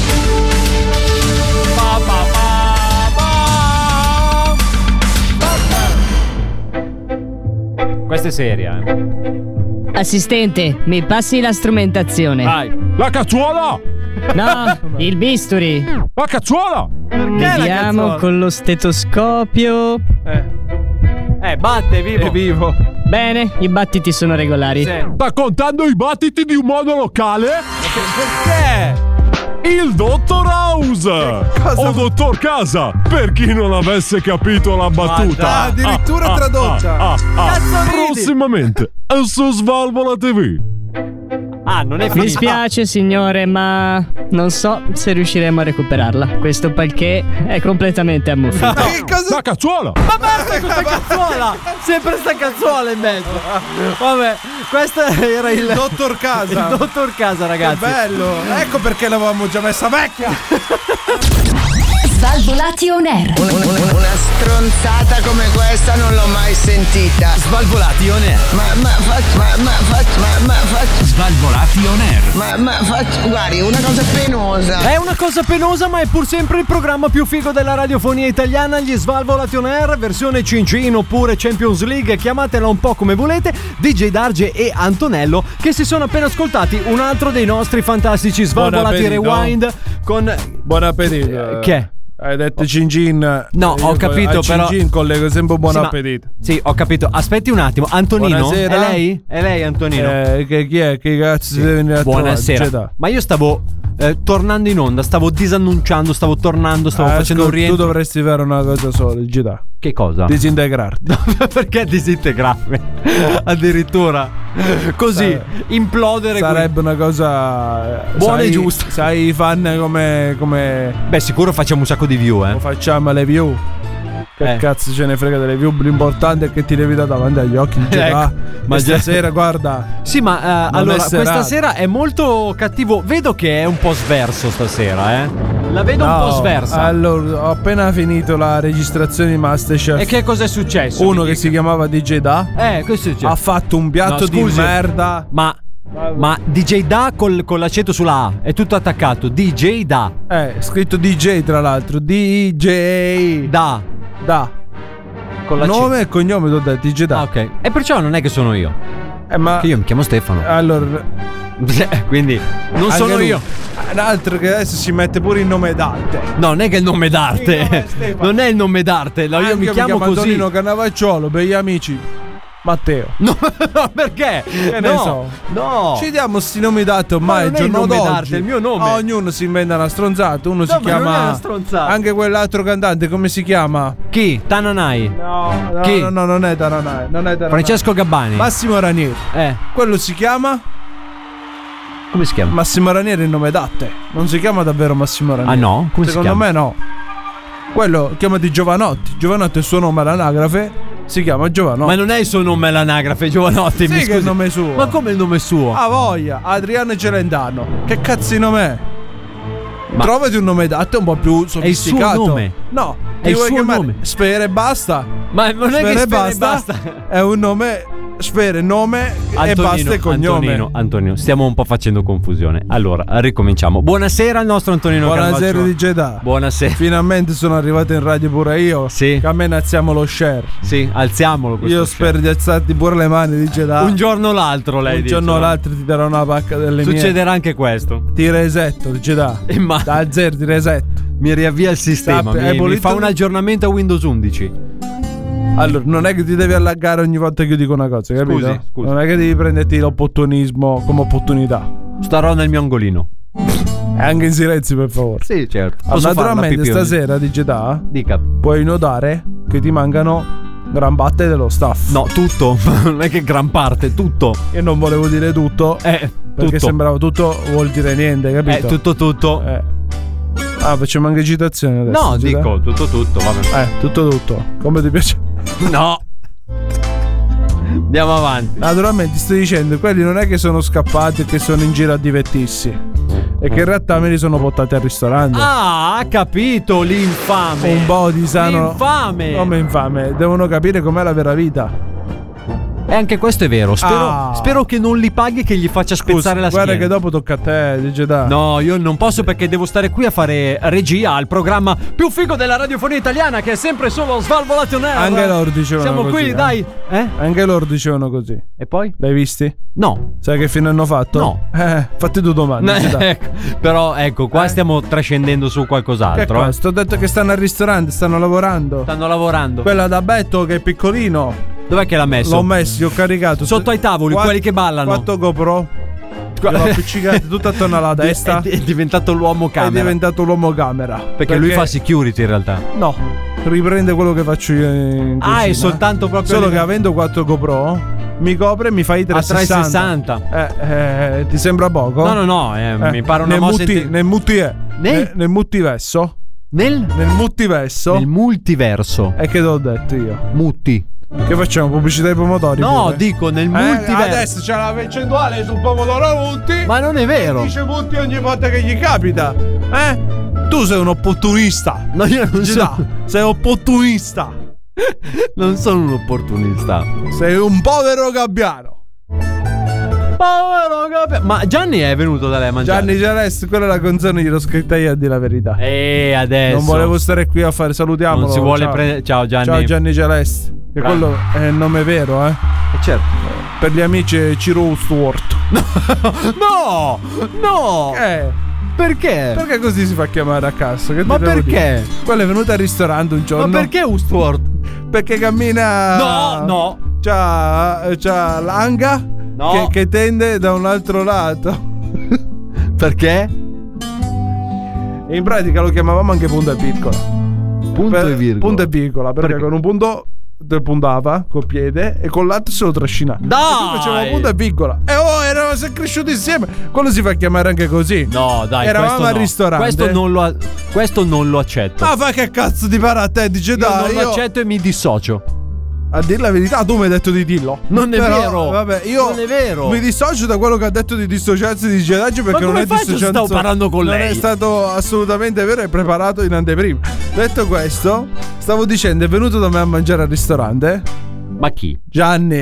Questa è seria, Assistente, mi passi la strumentazione. Vai. La cazzuola! No, il bisturi. La cazzuola! Vediamo con lo stetoscopio. Batte, vivo. È vivo. Bene, i battiti sono regolari. Sta contando i battiti di un modo locale? Perché? Il Dottor House! O Dottor Casa, per chi non avesse capito la battuta. Addirittura tradotta. Cazzo ridi? Prossimamente su Svalvola TV. Non è finita. Mi spiace signore, ma non so se riusciremo a recuperarla. Questo palché è completamente ammuffito. Che cosa? La cazzuola! Ma basta con sta cazzuola! Sempre sta cazzuola in mezzo. Vabbè, questo era il Dottor Casa. Il Dottor Casa, ragazzi. Che bello. Ecco perché l'avevamo già messa vecchia. Svalvolati on air. Una stronzata come questa non l'ho mai sentita. Svalvolati on air. Svalvolati on air. Guardi, una cosa penosa. È una cosa penosa, ma è pur sempre il programma più figo della radiofonia italiana, gli Svalvolati on air, versione Cincin oppure Champions League, chiamatela un po' come volete. DJ Darge e Antonello che si sono appena ascoltati un altro dei nostri fantastici Svalvolati Rewind con... Buon appetito. Che? Hai detto Cincin. No, ho capito, però Cincin collego sempre buon appetito. Sì, ho capito. Aspetti un attimo. Antonino? Buonasera. È lei? È lei, Antonino? Chi è? Che cazzo si deve venire a Buonasera. trovare? Ma io stavo tornando in onda, stavo disannunciando, stavo tornando, stavo facendo un rientro. Tu dovresti fare una cosa sola, il GDA. Che cosa? Disintegrarti. Perché disintegrarmi? Addirittura così implodere. Sarebbe una cosa buona e giusta. Sai i fan come Beh, sicuro facciamo un sacco di view, Lo facciamo le view. Che cazzo ce ne frega delle view? L'importante è che ti levi da davanti agli occhi. Ma stasera, guarda. Sì, ma allora questa sera è molto cattivo. Vedo che è un po' sverso stasera, La vedo un po' sversa. Allora, ho appena finito la registrazione di Masterchef. E che cos'è successo? Uno che si chiamava DJ Da. Cosa è successo? Ha fatto un piatto di merda. Ma DJ Da con l'accento sulla A. È tutto attaccato. DJ Da. Scritto DJ tra l'altro. DJ Da. Con nome e cognome t'ho detto DJ Da. Ok. E perciò non è che sono io. Ma che io mi chiamo Stefano. Allora quindi non sono lui. io. Un altro che adesso si mette pure il nome d'arte. No, non è che è il nome d'arte. Non è il nome d'arte. No, io mi chiamo così. Antonino Cannavacciolo per gli amici. Matteo. No, perché? Che ne so. No. Ci diamo sti nomi d'arte ormai. Ma non è il nome d'arte, è il mio nome. Ognuno si inventa una stronzata. Uno si chiama. Non è una stronzata. Anche quell'altro cantante, come si chiama? Chi? Tananai. No, Chi? No, non è Tananai. Francesco Gabbani. Massimo Ranieri. Quello si chiama. Come si chiama? Massimo Ranieri è il nome d'arte. Non si chiama davvero Massimo Ranieri. Ah no? Come Secondo si chiama? me no. Quello chiamati Giovanotti. Giovanotti è il suo nome all'anagrafe. Si chiama Giovanotti. Ma non è il suo nome all'anagrafe, Giovanotti. Sì, che è il nome suo. Ma come il nome suo? Ah, voglia. Adriano Celentano. Che cazzo di nome è? Trovati un nome d'arte un po' più sofisticato. È il suo nome? No. È il suo nome. Sfere e basta. Ma non è che Sfere e basta. È un nome. Sfere, nome e basta e cognome. Antonino, stiamo un po' facendo confusione. Allora, ricominciamo. Buonasera al nostro Antonino Buonasera di Jeddah. Buonasera. Finalmente sono arrivato in radio pure io. Sì. Che a me ne alziamo lo share. Sì, alziamolo. Io spero di alzarti pure le mani di Jeddah. Un giorno o l'altro, lei dice. Un giorno o l'altro ti darò una pacca delle mie. Succederà anche questo. Ti resetto di Jeddah. Da zero ti resetto. Mi riavvia il sistema. Mi fa un aggiornamento a Windows 11. Allora, non è che ti devi allagare ogni volta che io dico una cosa, capito? Scusi. Non è che devi prenderti l'opportunismo come opportunità. Starò nel mio angolino. E anche in silenzio, per favore. Sì, certo. Allora, naturalmente stasera di Jeddah dica, puoi notare che ti mancano gran parte dello staff. No, tutto. Non è che gran parte, tutto. Io non volevo dire tutto. Perché tutto. sembrava tutto vuol dire niente, capito? Tutto. Ah, facciamo anche citazione adesso. No, dico tutto, vabbè. Tutto. Come ti piace? No. Andiamo avanti. Naturalmente ti sto dicendo, quelli non è che sono scappati e che sono in giro a divertirsi. E che in realtà me li sono portati al ristorante. Ah, ha capito, l'infame. Un po' di sano. Infame. Come infame? Devono capire com'è la vera vita. E anche questo è vero. Spero che non li paghi, che gli faccia spezzare la schiena. Guarda che dopo tocca a te, dice da. No, io non posso perché devo stare qui a fare regia al programma più figo della radiofonia italiana, che è sempre solo Svalvolati on Air. Anche loro dicevano Siamo così. Siamo qui, dai. Anche loro dicevano così. E poi? L'hai visti? No. Sai che fine hanno fatto? No. Fatti tu domande. Però ecco, qua stiamo trascendendo su qualcos'altro. Che questo? Ho detto che stanno al ristorante, stanno lavorando. Quella da Betto che è piccolino. Dov'è che l'ha messo? L'ho messo, ho caricato. Sotto ai tavoli, quelli che ballano. 4 GoPro. L'ho appiccicato tutto attorno alla testa. È diventato l'uomo camera. È diventato l'uomo camera. Perché lui fa security in realtà. No, riprende quello che faccio io in cucina. È soltanto proprio. Solo che avendo 4 GoPro mi copre e mi fai 360. 360. Ti sembra poco? No, mi pare una mossa nel multiverso. Nel multiverso. Nel multiverso. E che te l'ho detto io? Mutti. Che facciamo? Pubblicità ai pomodori? No, pure? dico nel multiverso. Adesso c'è la percentuale sul pomodoro Mutti. Ma non è vero. Dice Mutti ogni volta che gli capita. Tu sei un opportunista. No, io non sono. Sei opportunista. Non sono un opportunista. Sei un povero gabbiano. Ma Gianni è venuto da lei a mangiare. Gianni Celeste, quella è la canzone, gliel'ho scritta io a dire la verità. Adesso non volevo stare qui a fare. Salutiamolo. Non si vuole prendere. Ciao Gianni. Ciao Gianni Celeste. Che quello è il nome vero, certo. Per gli amici è Ciro Stewart. No. Perché? Perché così si fa chiamare a casa? Ma perché? Quello è venuto al ristorante un giorno. Ma perché Stewart? Perché cammina. No. C'ha l'anga. No. Che tende da un altro lato. Perché? E in pratica lo chiamavamo anche punto e virgola. Punto e virgola. Perché con un punto te puntava col piede e con l'altro se lo trascinava. Dai! Facevamo punto e virgola. E eravamo cresciuti insieme. Quello si fa chiamare anche così. No, dai. Eravamo al ristorante. Questo non lo accetto. Ma fa che cazzo ti pare a te? Dice dai. Non lo accetto e mi dissocio. A dire la verità, tu mi hai detto di dirlo. Non è vero. Vabbè, io non è vero. Mi dissocio da quello che ha detto di dissociarsi di Gedaggio, perché non è dissociarsi. Stavo parlando con lei. Non è stato assolutamente vero e preparato in anteprima. Detto questo, stavo dicendo, è venuto da me a mangiare al ristorante. Ma chi? Gianni.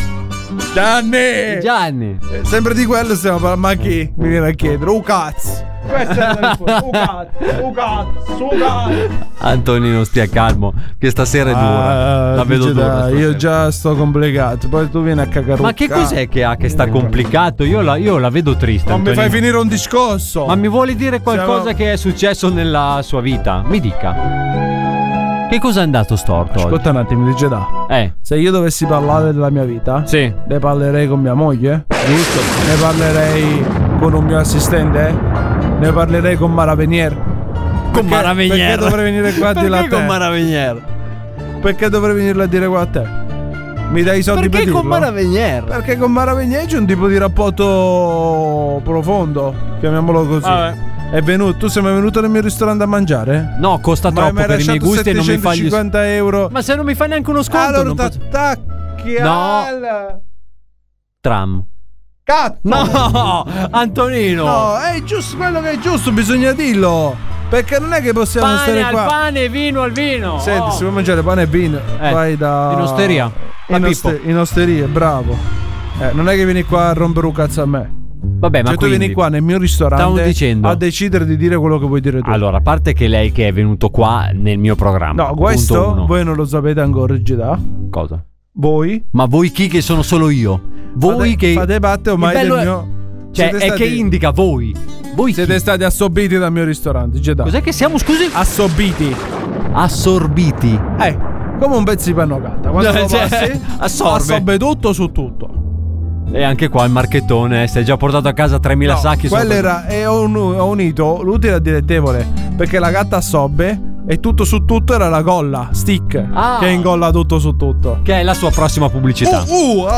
Gianni. Sempre di quello stiamo parlando. Ma chi? Mi viene a chiedere. Cazzo. Questo è cazzo. Antonino, stia calmo, che stasera è dura. La vedo dura. Io già sto complicato. Poi tu vieni a cagare. Ma che cos'è che ha che sta complicato? Io la vedo triste. Non Antonino. mi fai finire un discorso. Ma mi vuole dire qualcosa che è successo nella sua vita? Mi dica. Che cosa è andato storto? Ascolta un attimo, dice da. Se io dovessi parlare della mia vita, sì, ne parlerei con mia moglie. Giusto. Ne parlerei con un mio assistente. Ne parlerei con Maravenier. Perché dovrei venire qua a dire a te? Con Maravenier? Perché dovrei venirla a dire qua a te? Mi dai i soldi per dirlo? Perché con Maravenier? Perché con Maravenier c'è un tipo di rapporto profondo, chiamiamolo così. È venuto, tu sei mai venuto nel mio ristorante a mangiare? No, costa troppo per i miei gusti e non mi fai 750 euro. Ma se non mi fai neanche uno sconto, allora non t'attacchi al tram. Cazzo! No, Antonino! No, è giusto quello che è giusto, bisogna dirlo. Perché non è che possiamo stare qua. Pane al pane, vino al vino. Senti, se vuoi mangiare pane e vino, vai da. In osteria. In osteria, bravo. Non è che vieni qua a rompere un cazzo a me. Vabbè, ma tu vieni qua nel mio ristorante a decidere di dire quello che vuoi dire tu. Allora, a parte che lei che è venuto qua nel mio programma. No, questo voi non lo sapete ancora, Gida. Cosa? Voi? Ma voi chi? Che sono solo io. Voi che fate parte ormai del mio. Cioè, è che indica voi. Voi siete stati assorbiti dal mio ristorante, Gida. Cos'è che siamo, scusi? Assorbiti. Assorbiti. Come un pezzo di panno gatta. Quando lo passi, assorbe tutto su tutto. E anche qua il marchettone, stai già portato a casa 3.000 sacchi. Quello era, e ho unito l'utile al dilettevole, perché la gatta assobbe e tutto su tutto era la golla stick che ingolla tutto su tutto, che è la sua prossima pubblicità. A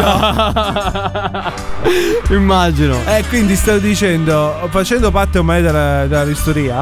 voglia. Immagino. Quindi sto dicendo, facendo parte ormai della ristoria.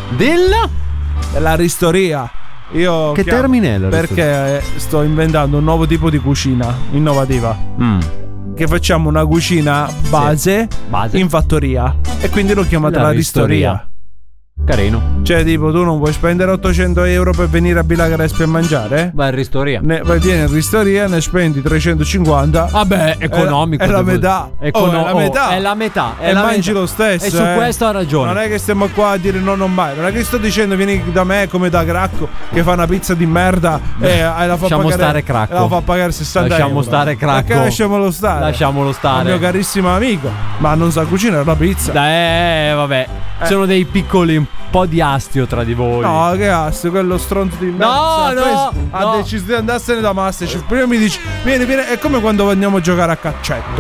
Della ristoria. Io che termine è la ristoria? Perché sto inventando un nuovo tipo di cucina innovativa. Che facciamo una cucina base in fattoria. E quindi l'ho chiamata la ristoria. Carino. Cioè, tipo, tu non puoi spendere 800 euro per venire a Bilagrespi a mangiare? Vai in ristoria. Vieni in ristoria, ne spendi 350. Vabbè, economico. È la metà. È la metà. È la metà. E mangi lo stesso. E su questo ha ragione. Non è che stiamo qua a dire no, non mai. Non è che sto dicendo vieni da me come da Cracco che fa una pizza di merda e la fa pagare. Stare Cracco. La fa pagare 60 lasciamo euro. Stare Cracco. Perché lasciamolo stare. Lasciamolo stare. Il mio carissimo amico. Ma non sa cucinare la pizza. Vabbè. Sono dei piccoli un po' di astio tra di voi. No, che astio, quello stronzo di merda. Ha deciso di andarsene da Masterchef. Prima mi dice vieni, è come quando andiamo a giocare a caccetto.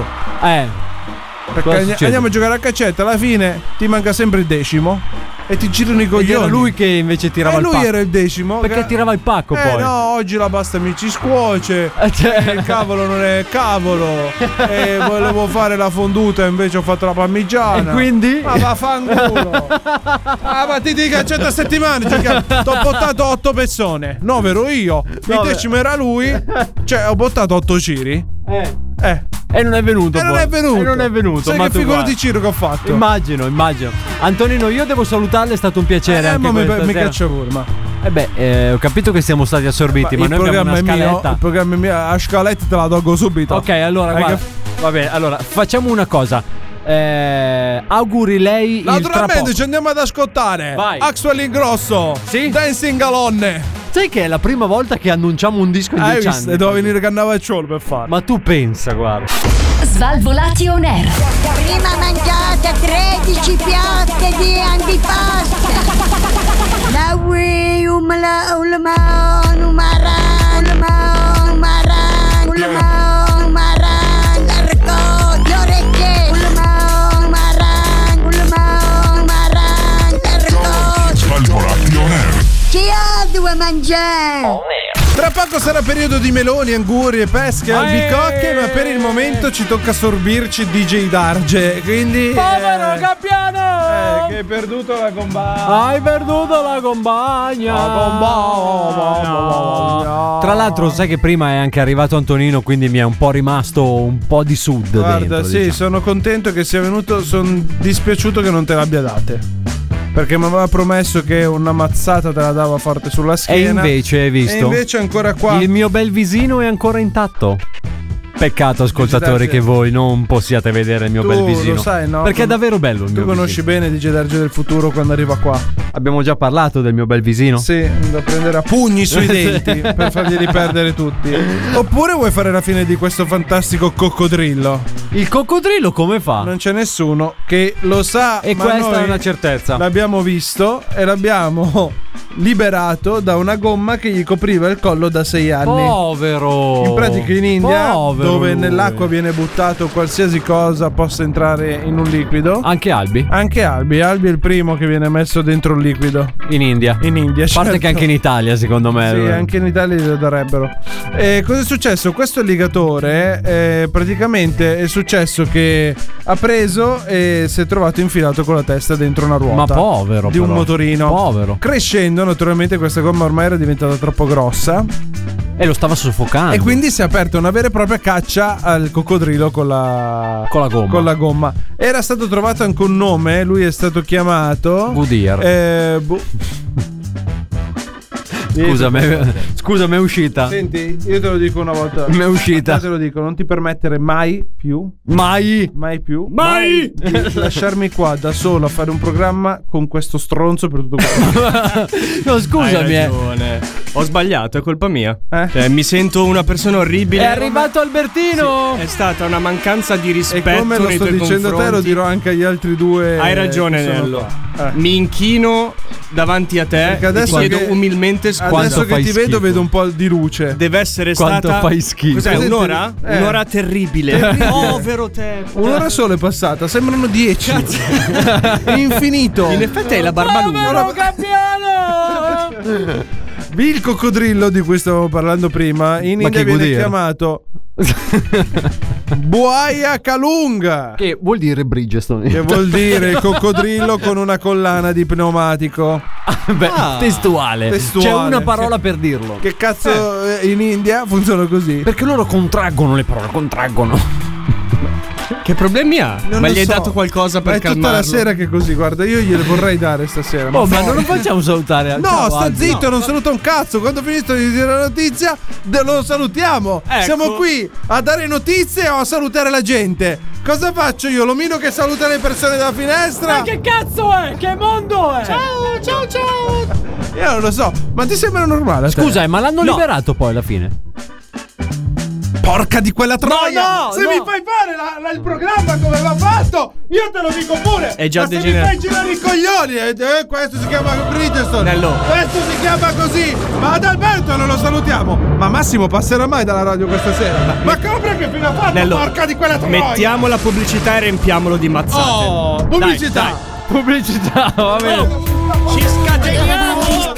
Perché andiamo a giocare a caccetto, alla fine ti manca sempre il decimo e ti girano i coglioni. Era lui che invece tirava il pacco. Lui era il decimo. Perché tirava il pacco poi. No, oggi la pasta mi ci scuoce. Il cavolo non è cavolo. E volevo fare la fonduta, invece ho fatto la parmigiana. E quindi? Ma vaffanculo. Ma ti dica 100 settimane. T'ho portato 8 persone. 9 ero io. Il decimo era lui. Cioè, ho portato 8 giri. E non è venuto. Non è venuto. Sai ma che figura di Ciro che ho fatto? Immagino. Antonino, io devo salutarle, è stato un piacere anche mi caccia pure, ma ho capito che siamo stati assorbiti, ma noi abbiamo una scaletta. Il programma è mio, la scaletta te la tolgo subito. Ok, allora guarda, va bene, allora facciamo una cosa. Auguri lei. Naturalmente ci andiamo ad ascoltare. Vai. Axwell Ingrosso. Sì? Dancing Alone. Sai che è la prima volta che annunciamo un disco in 10 anni? E doveva venire Cannavacciolo per farlo. Ma tu pensa, guarda. Svalvolati on air. Prima mangiate 13 piatte di antipasta. La ui umla ulman umaran ulman umaran ulman umaran l'arco le orecchie ulman umaran ulman umaran l'arco. Svalvolati on air. Chi ha due mangiare? Tra poco sarà periodo di meloni, anguri e pesche, albicocche, ma per il momento ci tocca sorbirci DJ Darge. Quindi povero Gabbiano! Che hai perduto la compagna. Hai perduto la compagna. Tra l'altro, sai che prima è anche arrivato Antonino, quindi mi è un po' rimasto un po' di sud. Guarda, dentro, sì, diciamo. sono contento che sia venuto. Sono dispiaciuto che non te l'abbia date. Perché mi aveva promesso che una mazzata te la dava forte sulla schiena. E invece, hai visto? E invece ancora qua. Il mio bel visino è ancora intatto. Peccato, ascoltatori, che voi non possiate vedere il mio bel visino. Lo sai, no? Perché è davvero bello il mio visino. Tu conosci bene DJ Darge del futuro quando arriva qua. Abbiamo già parlato del mio bel visino? Sì, da prendere a pugni sui denti per farglieli perdere tutti. Oppure vuoi fare la fine di questo fantastico coccodrillo? Il coccodrillo come fa? Non c'è nessuno che lo sa. E ma questa è una certezza. L'abbiamo visto e l'abbiamo liberato da una gomma che gli copriva il collo da 6 anni. Povero. In pratica in India, dove lui. nell'acqua viene buttato qualsiasi cosa possa entrare in un liquido. Anche Albi? Anche Albi. Albi è il primo che viene messo dentro il liquido. In India? In India, a parte certo. che anche in Italia, secondo me. Sì, anche in Italia lo darebbero. Cosa è successo? Questo alligatore praticamente è successo che ha preso e si è trovato infilato con la testa dentro una ruota. Ma povero, di un motorino. Povero. Crescendo, naturalmente questa gomma ormai era diventata troppo grossa e lo stava soffocando. E quindi si è aperta una vera e propria caccia al coccodrillo con la gomma. Era stato trovato anche un nome, lui è stato chiamato Budir. Scusami, è uscita. Senti, io te lo dico una volta. Mi è uscita. Te lo dico, non ti permettere mai più di lasciarmi qua da solo a fare un programma con questo stronzo per tutto questo. No, scusami. Hai ragione. Ho sbagliato, è colpa mia. Cioè, mi sento una persona orribile. È arrivato Albertino. Sì, è stata una mancanza di rispetto. E come lo nei sto tuoi dicendo confronti. te, lo dirò anche agli altri due. Hai ragione, Nello. mi inchino davanti a te e ti chiedo umilmente scusa. Adesso che ti vedo un po' di luce. Deve essere Quanto stata fai schifo. Cos'è, un'ora? Un'ora terribile. Povero te. Un'ora solo è passata, sembrano 10. Infinito. In effetti hai la barba lunga. Il coccodrillo di cui stavamo parlando prima in India viene chiamato Buaya Kalunga, che vuol dire Bridgestone, che vuol dire il coccodrillo con una collana di pneumatico. Testuale. C'è una parola per dirlo. Che cazzo in India funziona così? Perché loro contraggono le parole, contraggono. Che problemi ha? Ma gli hai dato qualcosa per calmarlo? È tutta la sera che è così, guarda, io gliele vorrei dare stasera. Ma non lo facciamo salutare. No, sta zitto, non saluta un cazzo. Quando finisco di dire la notizia, lo salutiamo. Ecco. Siamo qui a dare notizie o a salutare la gente. Cosa faccio io? L'omino che saluta le persone dalla finestra? Ma che cazzo è? Che mondo è? Ciao. Io non lo so, ma ti sembra normale? Scusa, ma l'hanno liberato poi alla fine? Porca di quella troia! No, se mi fai fare il programma come va fatto, io te lo dico pure! È già ma se mi fai girare i coglioni, questo si chiama Bridgestone! Questo si chiama così! Ma ad Alberto non lo salutiamo! Ma Massimo passerà mai dalla radio questa sera? Ma Cobra che fine ha fatto? Porca di quella troia! Mettiamo la pubblicità e riempiamolo di mazzate. Oh, pubblicità! Dai. Pubblicità, va bene. Ci scateniamo!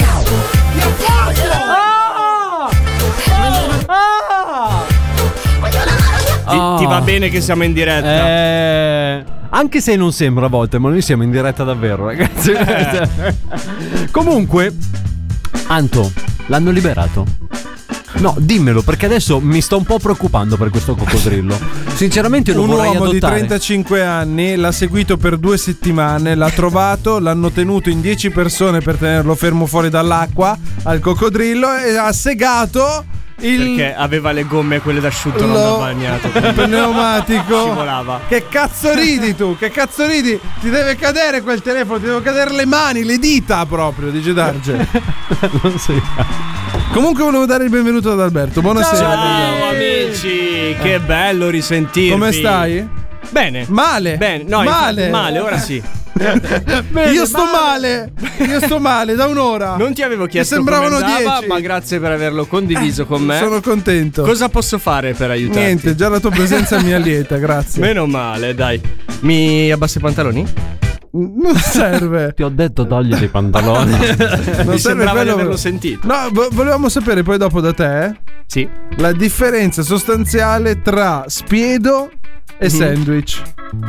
Ti va bene che siamo in diretta? Anche se non sembra a volte, ma noi siamo in diretta davvero, ragazzi. Comunque, Anto, l'hanno liberato? No, dimmelo, perché adesso mi sto un po' preoccupando per questo coccodrillo. Sinceramente lo vorrei adottare. Un uomo di 35 anni l'ha seguito per 2 settimane, l'ha trovato, l'hanno tenuto in 10 persone per tenerlo fermo fuori dall'acqua al coccodrillo e ha segato perché aveva le gomme quelle d'asciutto non da bagnato. Pneumatico. Scivolava. Che cazzo ridi tu? Che cazzo ridi? Ti deve cadere quel telefono, ti devono cadere le mani, le dita proprio, dice Darge. Non si Comunque volevo dare il benvenuto ad Alberto. Buonasera. Ciao amici, che bello risentirvi. Come stai? Bene. Male. Bene. No, male, ora sì. Io sto male da un'ora. Non ti avevo chiesto come andava, 10. Ma grazie per averlo condiviso con me. Sono contento. Cosa posso fare per aiutarti? Niente, già la tua presenza mi allieta, grazie. Meno male, dai. Mi abbassi i pantaloni? Non serve. Ti ho detto togli i pantaloni. Non sembrava di averlo sentito. No, volevamo sapere poi dopo da te sì, la differenza sostanziale tra spiedo e sandwich.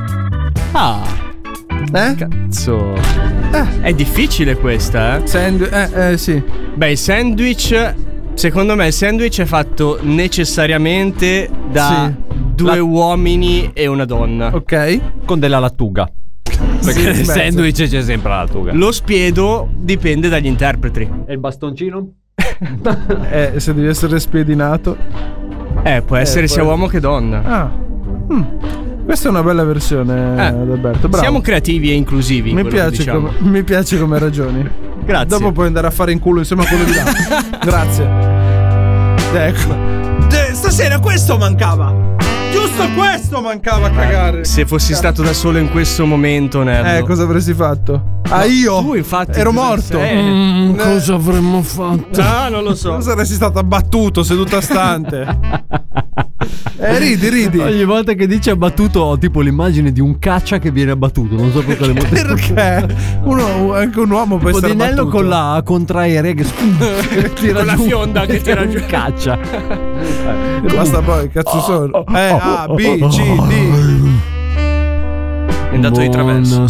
Cazzo. È difficile questa, sì. Beh, il sandwich, secondo me il sandwich è fatto necessariamente da due uomini e una donna. Ok. Con della lattuga. Perché nel sandwich c'è sempre la lattuga. Lo spiedo dipende dagli interpreti. E il bastoncino? Se devi essere spiedinato. Può essere sia uomo che donna. Questa è una bella versione, Alberto. Bravo. Siamo creativi e inclusivi. Mi piace come ragioni. Grazie. Dopo puoi andare a fare in culo insieme a quello di là. Grazie. Ecco. Stasera questo mancava. Giusto questo mancava a cagare. Se fossi stato da solo in questo momento, Nerdo. Cosa avresti fatto? Io? Tu infatti ero morto. Cosa avremmo fatto? Non lo so. Non saresti stato abbattuto seduto a stante. Ridi. Ogni volta che dice abbattuto ho tipo l'immagine di un caccia che viene abbattuto. Non so per quale motivo. Perché? Anche un uomo può essere Podinello con la contraerea che tira con la fionda che tira giù. Caccia. Basta poi, cazzo sono. A, B, C, D. È andato di traverso.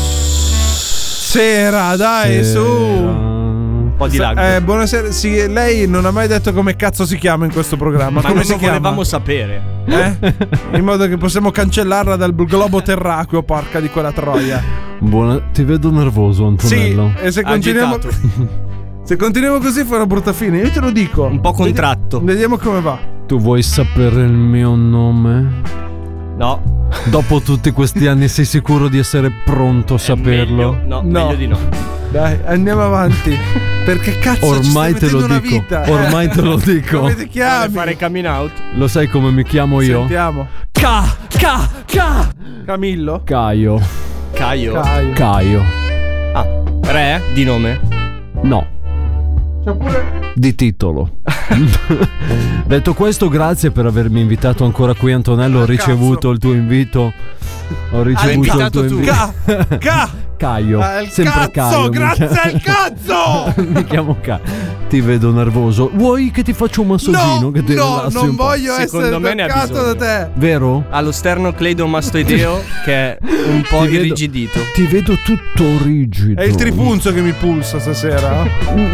Sera, dai, su. Un po' di lag. Buonasera. Sì, lei non ha mai detto come cazzo si chiama in questo programma. Ma come si chiama? Volevamo sapere. In modo che possiamo cancellarla dal globo terracqueo, porca di quella troia. Ti vedo nervoso, Antonello. Sì, e se continuiamo se continuiamo così fa una brutta fine. Io te lo dico. Un po' contratto. Vediamo come va. Tu vuoi sapere il mio nome? No. Dopo tutti questi anni sei sicuro di essere pronto a saperlo? Meglio di no. Dai, andiamo avanti. Perché cazzo ormai te lo dico. Vita, ormai te lo dico. Come ti chiami? Vuoi fare coming out? Lo sai come mi chiamo io? Sentiamo. Camillo? Caio. Re di nome? No. Di titolo. Detto questo, grazie per avermi invitato ancora qui, Antonello. Ho ricevuto il tuo invito. Ho ricevuto il tuo invito. Caio, sempre cazzo, Caio. Grazie al cazzo! Mi chiamo Caio. Ti vedo nervoso. Vuoi che ti faccia un massaggino? Che ti no, rilassi non un po'? voglio Secondo essere me ne ha toccato da bisogno. te. Vero? Ha lo sternocleidomastoideo che è un po' irrigidito. Ti vedo tutto rigido. È il tripunzo che mi pulsa stasera.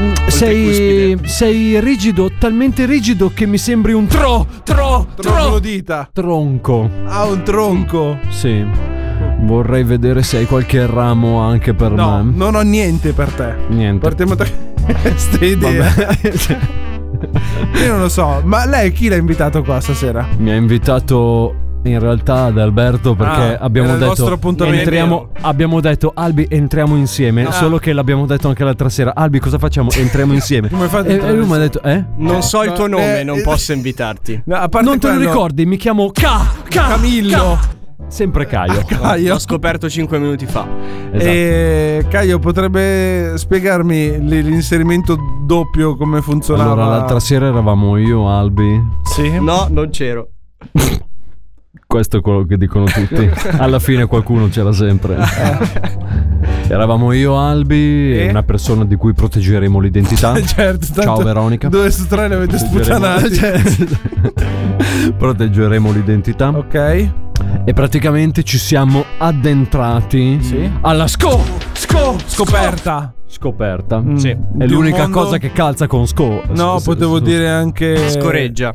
Sei rigido, talmente rigido che mi sembri un dita. Tronco. Ha un tronco. Sì. Vorrei vedere se hai qualche ramo anche per No, me. non ho niente per te. Niente. Partiamo da questa idea. Io non lo so. Ma lei chi l'ha invitato qua stasera? Mi ha invitato in realtà ad Alberto perché abbiamo era il detto nostro appuntamento. abbiamo detto Albi, entriamo insieme. Solo che l'abbiamo detto anche l'altra sera. Albi, cosa facciamo? Entriamo insieme. Come fate e lui mi ha detto Non so il tuo nome, non posso invitarti. No, a parte non te lo ricordi? Mi chiamo Camillo. Sempre Caio. L'ho scoperto 5 minuti fa. E Caio potrebbe spiegarmi l'inserimento doppio come funzionava? Allora, l'altra sera eravamo io, Albi. Sì. No, non c'ero. Questo è quello che dicono tutti. Alla fine qualcuno c'era sempre. Eravamo io, Albi, e una persona di cui proteggeremo l'identità. Certo, Ciao Veronica. 2 su 3 ne avete sputanati. Proteggeremo l'identità. Ok. E praticamente ci siamo addentrati alla scoperta. Scoperta. Sì. È Di l'unica un mondo- cosa che calza con No, potevo dire anche Scoreggia.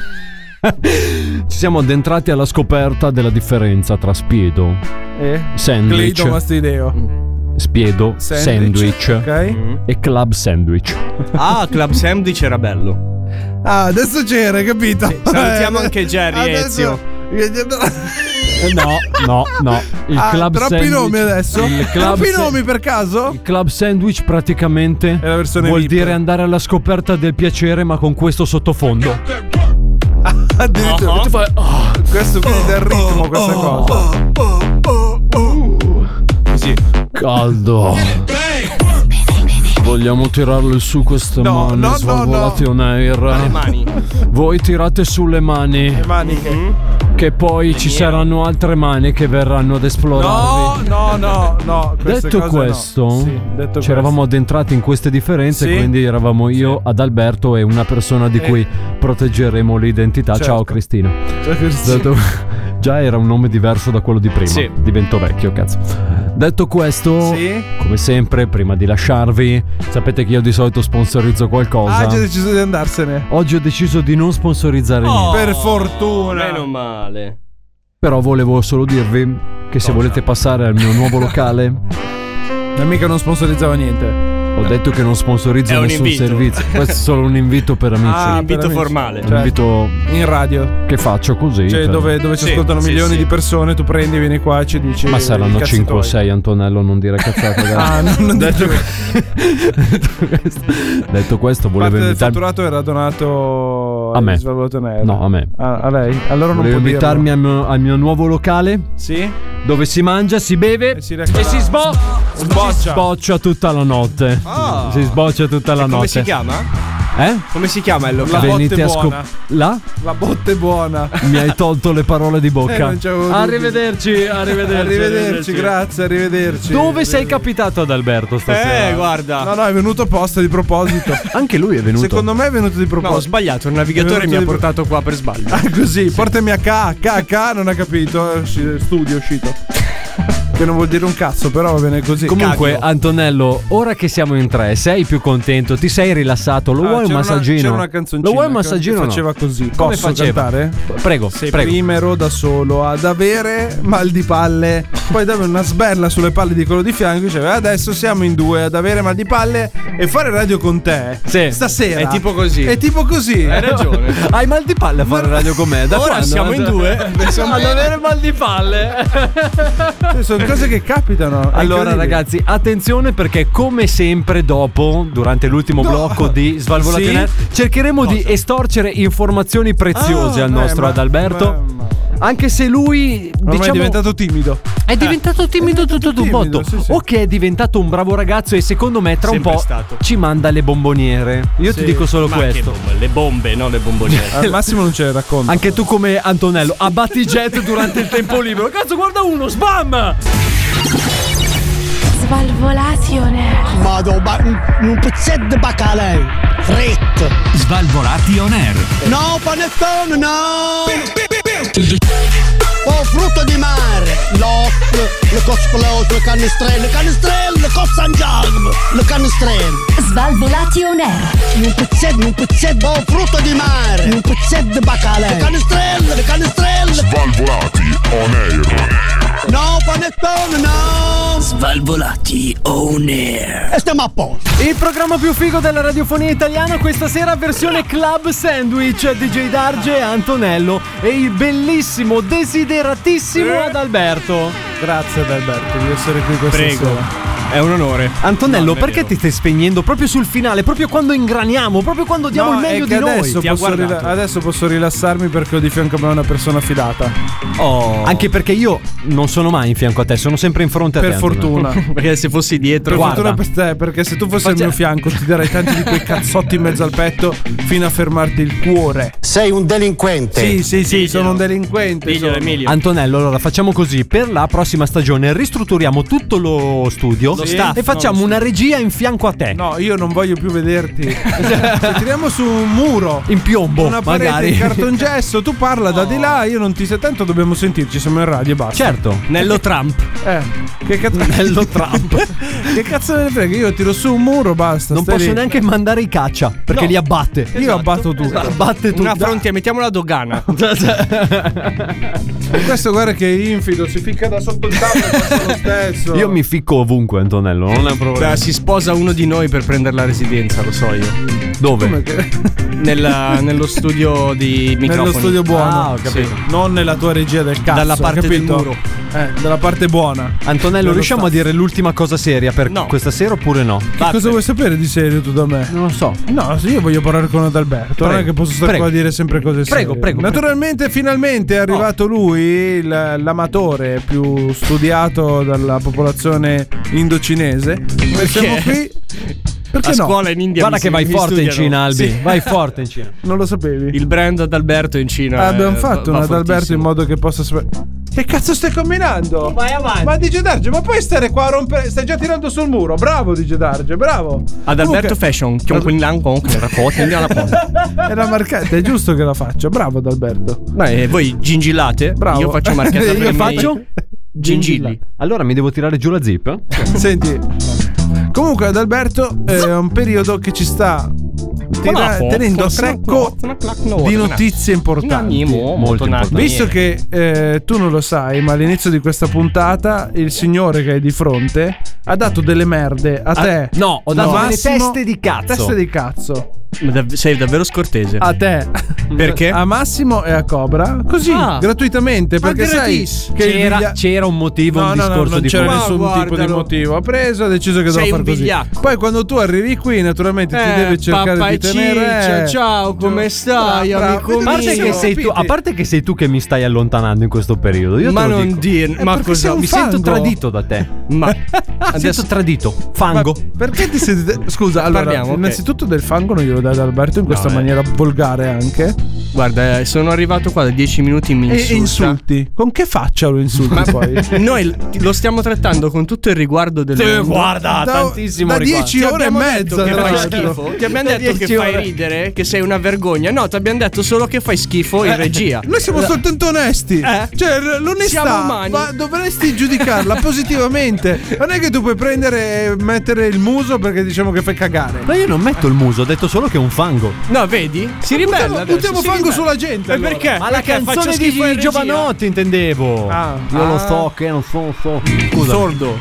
Ci siamo addentrati alla scoperta della differenza tra spiedo, sandwich, spiedo, sandwich ok? e club sandwich. Ah, Club Sandwich era bello. Ah, adesso c'era, capito? Sì, salutiamo anche Jerry Ezio. No. Il club troppi sandwich, nomi adesso? il club Troppi nomi per caso? Il club sandwich praticamente È la versione vuol VIP. dire andare alla scoperta del piacere, ma con questo sottofondo. Addirittura questo quindi dà il ritmo questa cosa. Così. Caldo. Vogliamo tirarle su queste mani svalvolati on air. Le mani. Voi tirate sulle mani. Le maniche. Che poi ci saranno altre mani che verranno ad esplorarvi. No. Detto questo, ci eravamo addentrati in queste differenze, Sì. quindi eravamo io ad Alberto e una persona di cui proteggeremo l'identità. Certo. Ciao Cristina. Ciao, Cristina. Già era un nome diverso da quello di prima. Sì. Divento vecchio, cazzo. Detto questo, Sì. come sempre, prima di lasciarvi, sapete che io di solito sponsorizzo qualcosa. Ha già deciso di andarsene. Oggi ho deciso di non sponsorizzare niente. Per fortuna. Meno male. Però volevo solo dirvi che se volete passare al mio nuovo locale, Mica non sponsorizzava niente. ho detto che non sponsorizzo È un nessun invito. servizio. Questo è solo un invito per amici. Ah, Un invito per amici. formale. Un invito In radio. che faccio così. Cioè per- dove ci Sì, ascoltano sì, milioni sì. di persone, tu prendi, vieni qua e ci dici. Ma saranno i cazzi 5 o tuoi. 6, Antonello, non dire cazzate. dai. Ah, non detto, detto detto questo, parte volevo del invitarmi. fatturato era donato A me. Svalvolato Nerd. No, a me. A lei? Allora non Volevo può invitarmi dirlo. al mio nuovo locale Sì? dove si mangia, si beve E si e si sboccia. sboccia tutta la notte. Ah. Si sboccia tutta la Come notte. si chiama? Eh? Come si chiama il La locale? botte Venite a buona. La? La botte buona. Mi hai tolto le parole di bocca. Non c'avevo dubbi. Arrivederci. Arrivederci, grazie, arrivederci. Dove sei capitato ad Alberto stasera? Guarda. No, è venuto apposta di proposito. Anche lui è venuto. Secondo me è venuto di No, ho proposito. sbagliato. Il navigatore È mi ha venuto di- portato qua per sbaglio. Ah, così, portami a K, non ha capito. Studio è uscito. Che non vuol dire un cazzo, però va bene così. Comunque, Cacchio. Antonello, ora che siamo in 3, sei più contento? Ti sei rilassato? Lo vuoi un c'era massaggino? c'era una canzoncina Lo vuoi un che massaggino? o no? faceva così. Come Posso faceva? cantare? Prego, Se prego. prima ero da solo ad avere mal di palle, poi dava una sberla sulle palle di quello di fianco, diceva adesso siamo in 2 ad avere mal di palle e fare radio con te. Sì. Stasera. È tipo così. È tipo così. Hai ragione. Hai mal di palle a fare radio con me? Da Ora quando? siamo in 2. Ad avere mal di palle. Sono cose che capitano. È Allora incredibile. ragazzi, attenzione perché come sempre dopo, durante l'ultimo blocco di Svalvolati Sì? Nerd, cercheremo di estorcere informazioni preziose al nostro Adalberto. Anche se lui ormai è diventato timido. È diventato timido tutto un botto. sì. O che è diventato un bravo ragazzo e secondo me tra Sempre un po' stato. ci manda le bomboniere. Io ti dico solo Ma questo. che bombe? Le bombe, non le bomboniere. Al massimo non ce le racconto. Anche tu come Antonello abbatti i jet durante il tempo libero. Cazzo, guarda uno, sbam! Svalvolazione. Vado, un pezzetto di bacalei. Fritto. Svalvolati on air. No, panettone, no. Oh, frutto di mare. Le cosplose, le canestrelle, le cossangialm, le canestrelle. Svalvolati on air. Un pezzetto, oh, frutto di mare. Un pezzetto di bacalei. Le canestrelle. Svalvolati on air. No, panettone, no. Svalvolati on air. E stiamo a posto. Il programma più figo della radiofonia italiana questa sera versione Club Sandwich. DJ Darge e Antonello e il bellissimo, desideratissimo Adalberto. Grazie Adalberto di essere qui questa sera. È un onore. Antonello, perché ti stai spegnendo proprio sul finale, proprio quando ingraniamo, proprio quando diamo il meglio di noi? Adesso posso rilassarmi perché ho di fianco a me una persona fidata. Oh. Anche perché io non sono mai in fianco a te, sono sempre in fronte a te. Per fortuna. Perché se fossi dietro. Per fortuna per te, perché se tu fossi al mio fianco ti darei tanti di quei cazzotti in mezzo al petto fino a fermarti il cuore. Sei un delinquente. Sì, sono un delinquente. Diglielo, Emilio. Antonello, allora facciamo così: per la prossima stagione ristrutturiamo tutto lo studio e facciamo una regia in fianco a te. No, io non voglio più vederti. Ci tiriamo su un muro in piombo, una parete magari in cartongesso. Tu parla da di là, io non ti sento. Tanto dobbiamo sentirci, siamo in radio e basta. Certo. Nello Trump. Che cazzo? Nello Trump. Che cazzo me ne frega? Io tiro su un muro, basta. Non posso neanche mandare i caccia perché li abbatte. Io abbatto tutto. Abbatte tutto. Una frontiera, mettiamo la dogana. E questo guarda che è infido, si ficca da sotto il tavolo e passa lo stesso. Io mi ficco ovunque, Antonello, non è un problema. Si sposa uno di noi per prendere la residenza, lo so io. Dove? Nello studio di microfoni. Nello studio buono. Ah, ho capito. Sì. Non nella tua regia del cazzo. Dalla parte del capito? muro. Dalla parte buona. Antonello, riusciamo a dire l'ultima cosa seria per questa sera oppure no? Che cosa vuoi sapere di serio tu da me? Non lo so. No, se io voglio parlare con Adalberto, non è che posso stare qua a dire sempre cose serie. Prego. Naturalmente, finalmente è arrivato lui, l'amatore più studiato dalla popolazione indocinese. Noi siamo qui. Perché a scuola in India. Guarda che vai forte in Cina, Albi. Sì. Vai forte in Cina. Non lo sapevi? Il brand Adalberto in Cina. Abbiamo fatto un Adalberto fortissimo. in modo che possa. Che cazzo stai combinando? Vai avanti. Ma DJ Darge, ma puoi stare qua a rompere? Stai già tirando sul muro. Bravo DJ Darge, bravo. Adalberto Fashion. È la marchetta, è giusto che la faccia. Bravo Adalberto. Beh, voi gingillate. Bravo. Io faccio marchetta. Io faccio gingilli. Allora mi devo tirare giù la zip? Senti. Comunque Adalberto è un periodo che ci sta tenendo a secco di notizie importanti. Molto importanti. Visto che tu non lo sai, ma all'inizio di questa puntata il signore che hai di fronte ha dato delle merde a te. No, ho dato delle Massimo, teste di cazzo. Teste di cazzo. Sei davvero scortese. A te. Perché? A Massimo e a Cobra. Così, gratuitamente. Perché sai che c'era un motivo, un discorso non di c'era fuoco. nessun tipo di motivo. Ha preso, ha deciso che doveva fare così. vigliacco. Poi quando tu arrivi qui, naturalmente ti deve cercare di tenere. Ciao, come stai, amico A parte, mio? che sei tu, a parte che sei tu che mi stai allontanando in questo periodo. Io Ma te lo non dico. dire, ma cosa? Mi sento tradito da te. Ma Sento tradito. Fango. Perché ti sentite? Scusa, allora, Parliamo, innanzitutto del fango non glielo dai ad Alberto in questa maniera volgare anche. Guarda, sono arrivato qua da 10 minuti mi E insulti. Con che faccia lo insulti poi? Noi lo stiamo trattando con tutto il riguardo del mondo. Guarda, tantissimo da riguardo. 10 ore e mezza. Che tra fai l'altro. schifo. Ti abbiamo detto che fai ridere, che sei una vergogna. No, ti abbiamo detto solo che fai schifo in regia. Noi siamo soltanto onesti. Cioè, l'onestà Siamo umani. dovresti giudicarla positivamente. Non è che tu puoi prendere e mettere il muso perché diciamo che fai cagare. Ma io non metto il muso, ho detto solo che è un fango. No, vedi? Si ribella adesso. Buttiamo si fango ribella. sulla gente. E allora. perché? Ma la Perché faccio canzone schifo in di regia? Giovanotti intendevo. Io lo so che non so. Scusa. Sordo.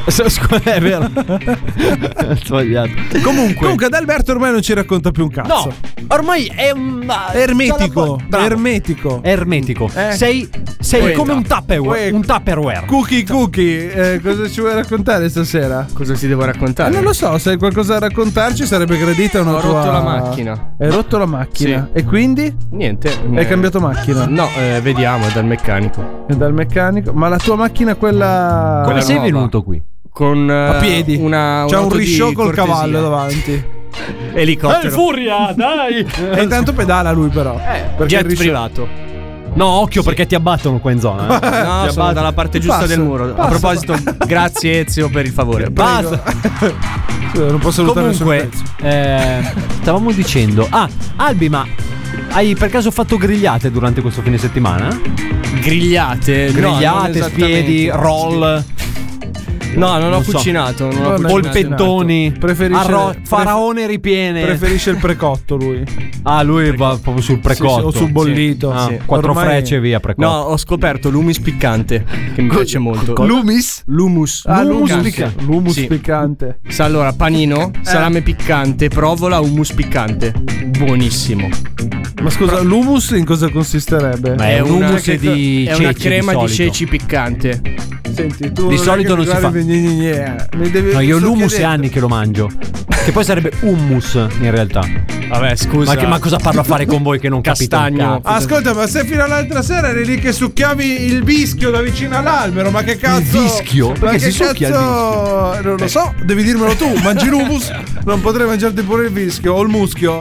È vero. Sbagliato. Comunque Adalberto ormai non ci racconta più un cazzo. no, ormai è un Ermetico. Bravo. Ermetico. Sei come un Tupperware. Cookie, cosa ci vuoi raccontare stasera? Cosa si deve raccontare? Non lo so, se hai qualcosa da raccontarci sarebbe gradita una Ho tua... rotto la macchina. Hai rotto la macchina? Sì. E quindi? succedi? Niente. Hai cambiato macchina? No, vediamo, è dal meccanico. È dal meccanico? Ma la tua macchina quella... Come sei venuto qui? Con a piedi. C'è un risciò col cavallo davanti. Elicottero. Furia, dai! E intanto pedala lui però. Perché Jet il risciò... privato. No, occhio perché ti abbattono qua in zona. No, sono dalla parte giusta del muro. A proposito, grazie Ezio per il favore. Basta. Non posso salutare Comunque, stavamo dicendo. Albi, ma hai per caso fatto grigliate durante questo fine settimana? Grigliate, spiedi, roll. No, non ho cucinato. Polpettoni, faraone ripiene. Preferisce il precotto lui. Lui va proprio sul precotto. O sul bollito. Sì. 4 frecce via precotto. No, ho scoperto l'humus piccante, che mi piace molto. L'humus? L'humus. L'humus piccante. Allora, panino, salame piccante, provola, hummus piccante. Buonissimo. Ma scusa, l'hummus in cosa consisterebbe? Ma è un hummus di è ceci, una crema di solito. ceci piccante. Senti, tu di solito non si fa. No, io l'hummus è anni che lo mangio. Che poi sarebbe hummus in realtà. Vabbè, scusa. Ma cosa parlo a fare con voi che non capite un cazzo? Ascolta, ma se fino all'altra sera eri lì che succhiavi il vischio da vicino all'albero, ma che cazzo? Il vischio? Perché si succhia il vischio? Non lo so, devi dirmelo tu. Mangi l'hummus? Non potrei mangiarti pure il vischio o il muschio?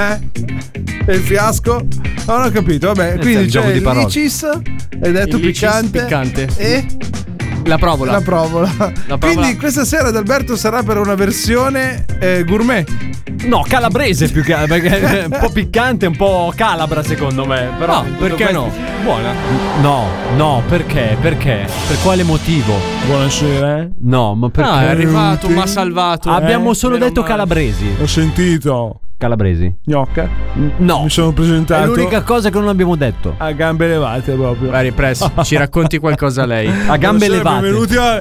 E il fiasco? Non ho capito, vabbè. Quindi c'è il licis, hai detto piccante. E? La provola. Quindi questa sera Adalberto sarà per una versione gourmet. No, calabrese più che perché è un po' piccante, un po' calabra secondo me. Però perché no? Buona. No, perché? Per quale motivo? Buonasera. No, ma perché? È arrivato, ma salvato. Abbiamo solo detto calabresi. Ho sentito. Calabresi. Gnocca? No. Mi sono presentato. È l'unica cosa che non abbiamo detto. A gambe levate proprio. Vai, Press, ci racconti qualcosa lei. A gambe levate. Benvenuti a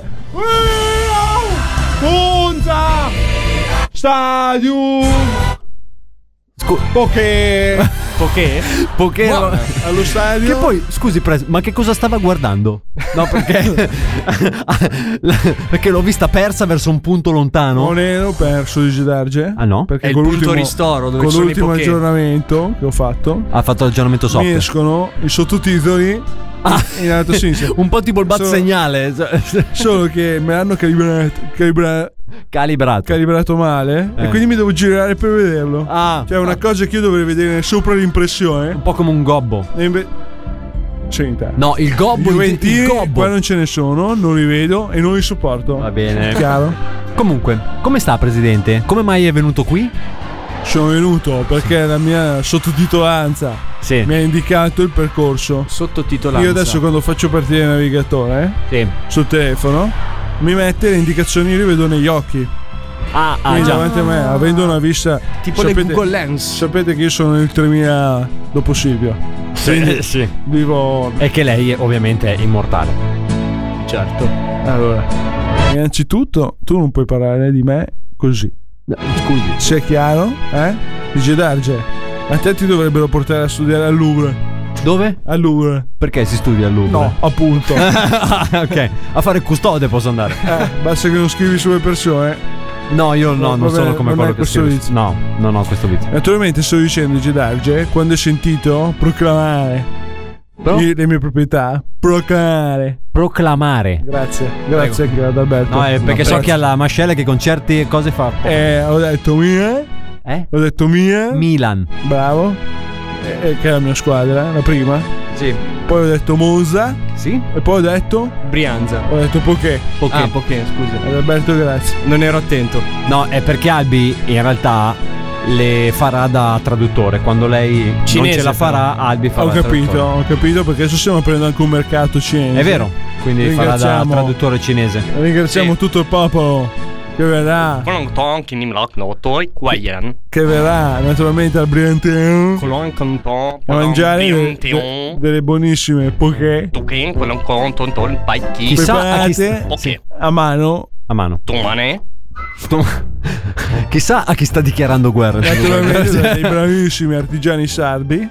Punta Stadium. Poké allo stadio. Che poi, scusi, ma che cosa stava guardando? No, perché perché l'ho vista persa verso un punto lontano. Non ero perso di Gedarge. Ah no? Perché è il punto ristoro dove con sono l'ultimo aggiornamento che ho fatto. Ha fatto l'aggiornamento software. Mi escono i sottotitoli in alto sinistra. Un po' tipo il bat segnale. Solo che me l'hanno calibrato male e quindi mi devo girare per vederlo. Cioè una cosa che io dovrei vedere sopra l'impressione, un po' come un gobbo. Senta. No, il gobbo, il gobbo. Qua non ce ne sono, non li vedo e non li sopporto. Va bene. Chiaro? Comunque, come sta, presidente? Come mai è venuto qui? Sono venuto perché la mia sottotitolanza mi ha indicato il percorso. Sottotitolanza. Io adesso quando faccio partire il navigatore sul telefono mi mette le indicazioni, io le vedo negli occhi. Quindi davanti a me, avendo una vista tipo le Google Lens. Sapete che io sono nel 3000 dopo Silvio. Sì. Vivo. E che lei ovviamente è immortale. Certo. Allora, innanzitutto tu non puoi parlare di me così. Scusi. C'è chiaro? Dice Darge, a te ti dovrebbero portare a studiare al Louvre. Dove? Al Louvre. Perché si studia al Louvre? No, appunto. Ok, a fare custode posso andare. Basta che non scrivi sulle persone. No, io non sono come quello che scrive. No, non ho questo vizio. Naturalmente sto dicendo, dice Darge, quando hai sentito proclamare le mie proprietà, proclamare. Grazie Adalberto. No, perché so che alla mascella che con certe cose fa. Ho detto mia. Ho detto mia. Milan. Bravo. Che è la mia squadra, la prima. Sì. Poi ho detto Monza. Sì. E poi ho detto Brianza. Ho detto Poké. Poké, scusa. Adalberto, grazie. Non ero attento. No, è perché Albi in realtà le farà da traduttore. Quando lei cinese, non ce la farà, però. Albi farà Ho capito perché adesso stiamo aprendo anche un mercato cinese. È vero. Quindi farà da traduttore cinese. Ringraziamo tutto il popolo che verrà naturalmente al Brianteon a mangiare delle buonissime Poké preparate a mano. Chissà a chi sta dichiarando guerra. Naturalmente dai bravissimi artigiani sardi.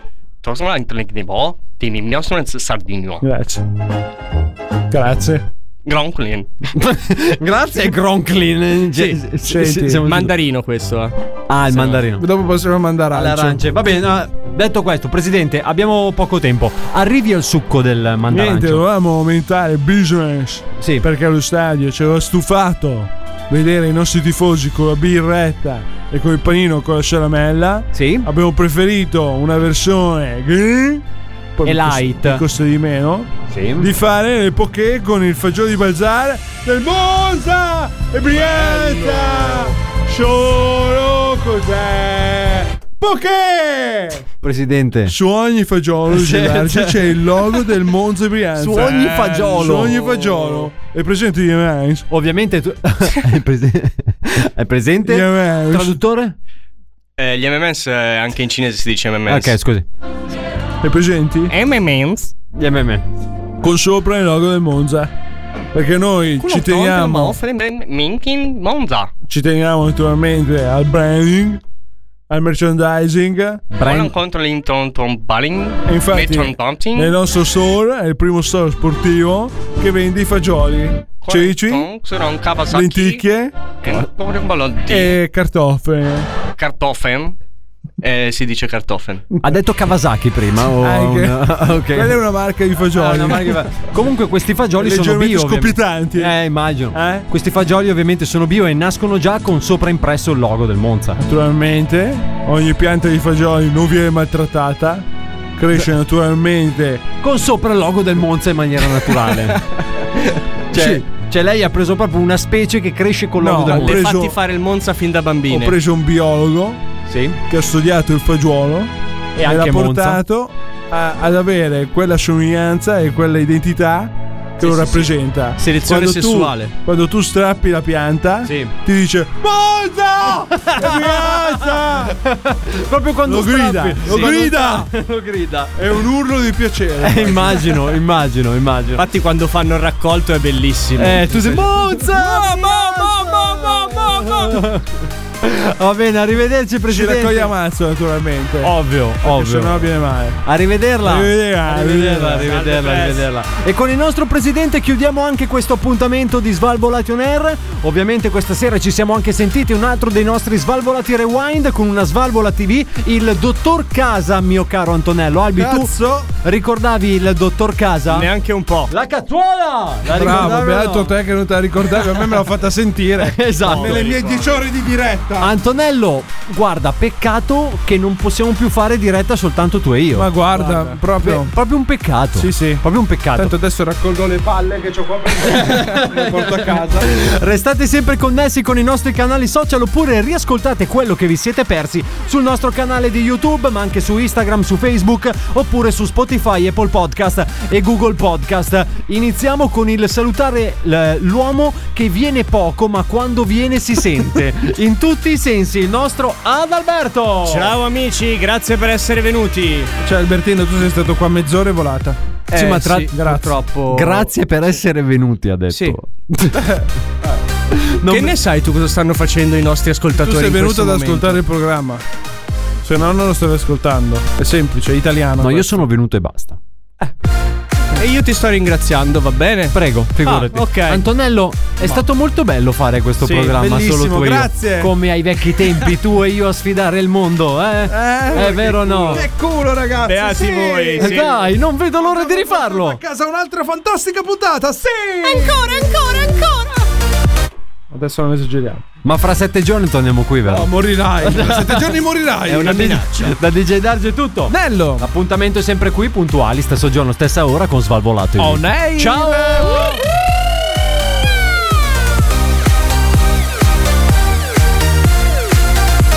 Grazie. Gronklin. Grazie Gronklin. Mandarino questo. Ah, il mandarino. Dopo possiamo mandare alle arance. Va bene, detto questo, Presidente, abbiamo poco tempo. Arrivi al succo del mandarancio. Niente, dovevamo aumentare il business. Sì. Perché allo stadio c'era stufato vedere i nostri tifosi con la birretta e con il panino con la salamella. Sì. Abbiamo preferito una versione e light, che costa di meno, sì, di fare le poké con il fagiolo di Balzar del Monza e Brianza. Solo cos'è? Poké! Presidente, Su ogni fagiolo c'è il logo del Monza e Brianza. Su ogni fagiolo. Su ogni fagiolo. È presente gli M&M's? Ovviamente tu è presente? Gli M&M's. Traduttore? Gli M&M's anche in cinese si dice M&M's. Ok, scusi. È presenti? M&M's. Gli M&M's. Con sopra il logo del Monza. Perché noi ci teniamo Monza. Ci teniamo naturalmente al branding, al merchandising. Contro l'Inton E infatti nel nostro store è il primo store sportivo che vende i fagioli, ceci, lenticchie e cartoffe. Kartoffeln. Si dice Kartoffeln. Ha detto Kawasaki prima. Okay. Quella è una marca di fagioli. Comunque questi fagioli sono bio, scoppiettanti. Immagino. Questi fagioli ovviamente sono bio e nascono già con sopra impresso il logo del Monza. Naturalmente ogni pianta di fagioli non viene maltrattata, cresce naturalmente con sopra il logo del Monza in maniera naturale. Cioè lei ha preso proprio una specie che cresce con il logo del Monza. Le fatti fare il Monza fin da bambine. Ho preso un biologo che ha studiato il fagiolo e anche l'ha portato ad avere quella somiglianza e quella identità che lo rappresenta. Selezione sessuale. Quando tu strappi la pianta ti dice Monza! Proprio quando lo grida. È un urlo di piacere. Immagino. Infatti quando fanno il raccolto è bellissimo. Tu sei Monza! Va bene, arrivederci Presidente. Ci raccoglie a mazzo naturalmente. Ovvio. Se no viene male. Arrivederla. Arrivederla. E con il nostro Presidente chiudiamo anche questo appuntamento di Svalvolati on Air. Ovviamente questa sera ci siamo anche sentiti un altro dei nostri Svalvolati Rewind con una Svalvola TV, il Dottor Casa, mio caro Antonello. Albi, Cazzo. tu ricordavi il Dottor Casa? Neanche un po'. La cazzuola! Bravo, beato te che non te la ricordavi, a me me l'ha fatta sentire. Esatto. Nelle mie 10 ore di diretta. Antonello, guarda, peccato che non possiamo più fare diretta soltanto tu e io. Ma guarda. Proprio un peccato. Sì. Proprio un peccato. Tanto adesso raccolgo le palle che ho qua per le porto a casa. Restate sempre connessi con i nostri canali social oppure riascoltate quello che vi siete persi sul nostro canale di YouTube, ma anche su Instagram, su Facebook oppure su Spotify, Apple Podcast e Google Podcast. Iniziamo con il salutare l'uomo che viene poco, ma quando viene si sente. In tutti i sensi, il nostro Adalberto. Ciao amici, grazie per essere venuti. Cioè Albertino, tu sei stato qua mezz'ora e volata. Sì, ma grazie. Purtroppo. Grazie per essere venuti, ha detto. Sì. Che ne sai tu cosa stanno facendo i nostri ascoltatori? Tu sei venuto ad momento? ascoltare il programma. Se no non lo stavi ascoltando. È semplice, è italiano. No, io sono venuto e basta. E io ti sto ringraziando, va bene? Prego, figurati. Ok. Antonello, è stato molto bello fare questo programma solo tu e io. Grazie. Come ai vecchi tempi, tu e io a sfidare il mondo, è vero o no? Che culo, ragazzi. Beati voi. Sì. Dai, non vedo l'ora di rifarlo. A casa un'altra fantastica puntata, sì! Ancora! Adesso non esageriamo. Ma fra 7 giorni torniamo qui, vero? No, morirai. Tra 7 giorni morirai. È una minaccia. Da DJ Darge è tutto. Nello. L'appuntamento è sempre qui, puntuali, stesso giorno, stessa ora con Svalvolato. Oh, nei. Ciao.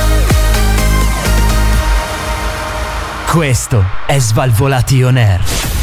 Questo è Svalvolati on Air.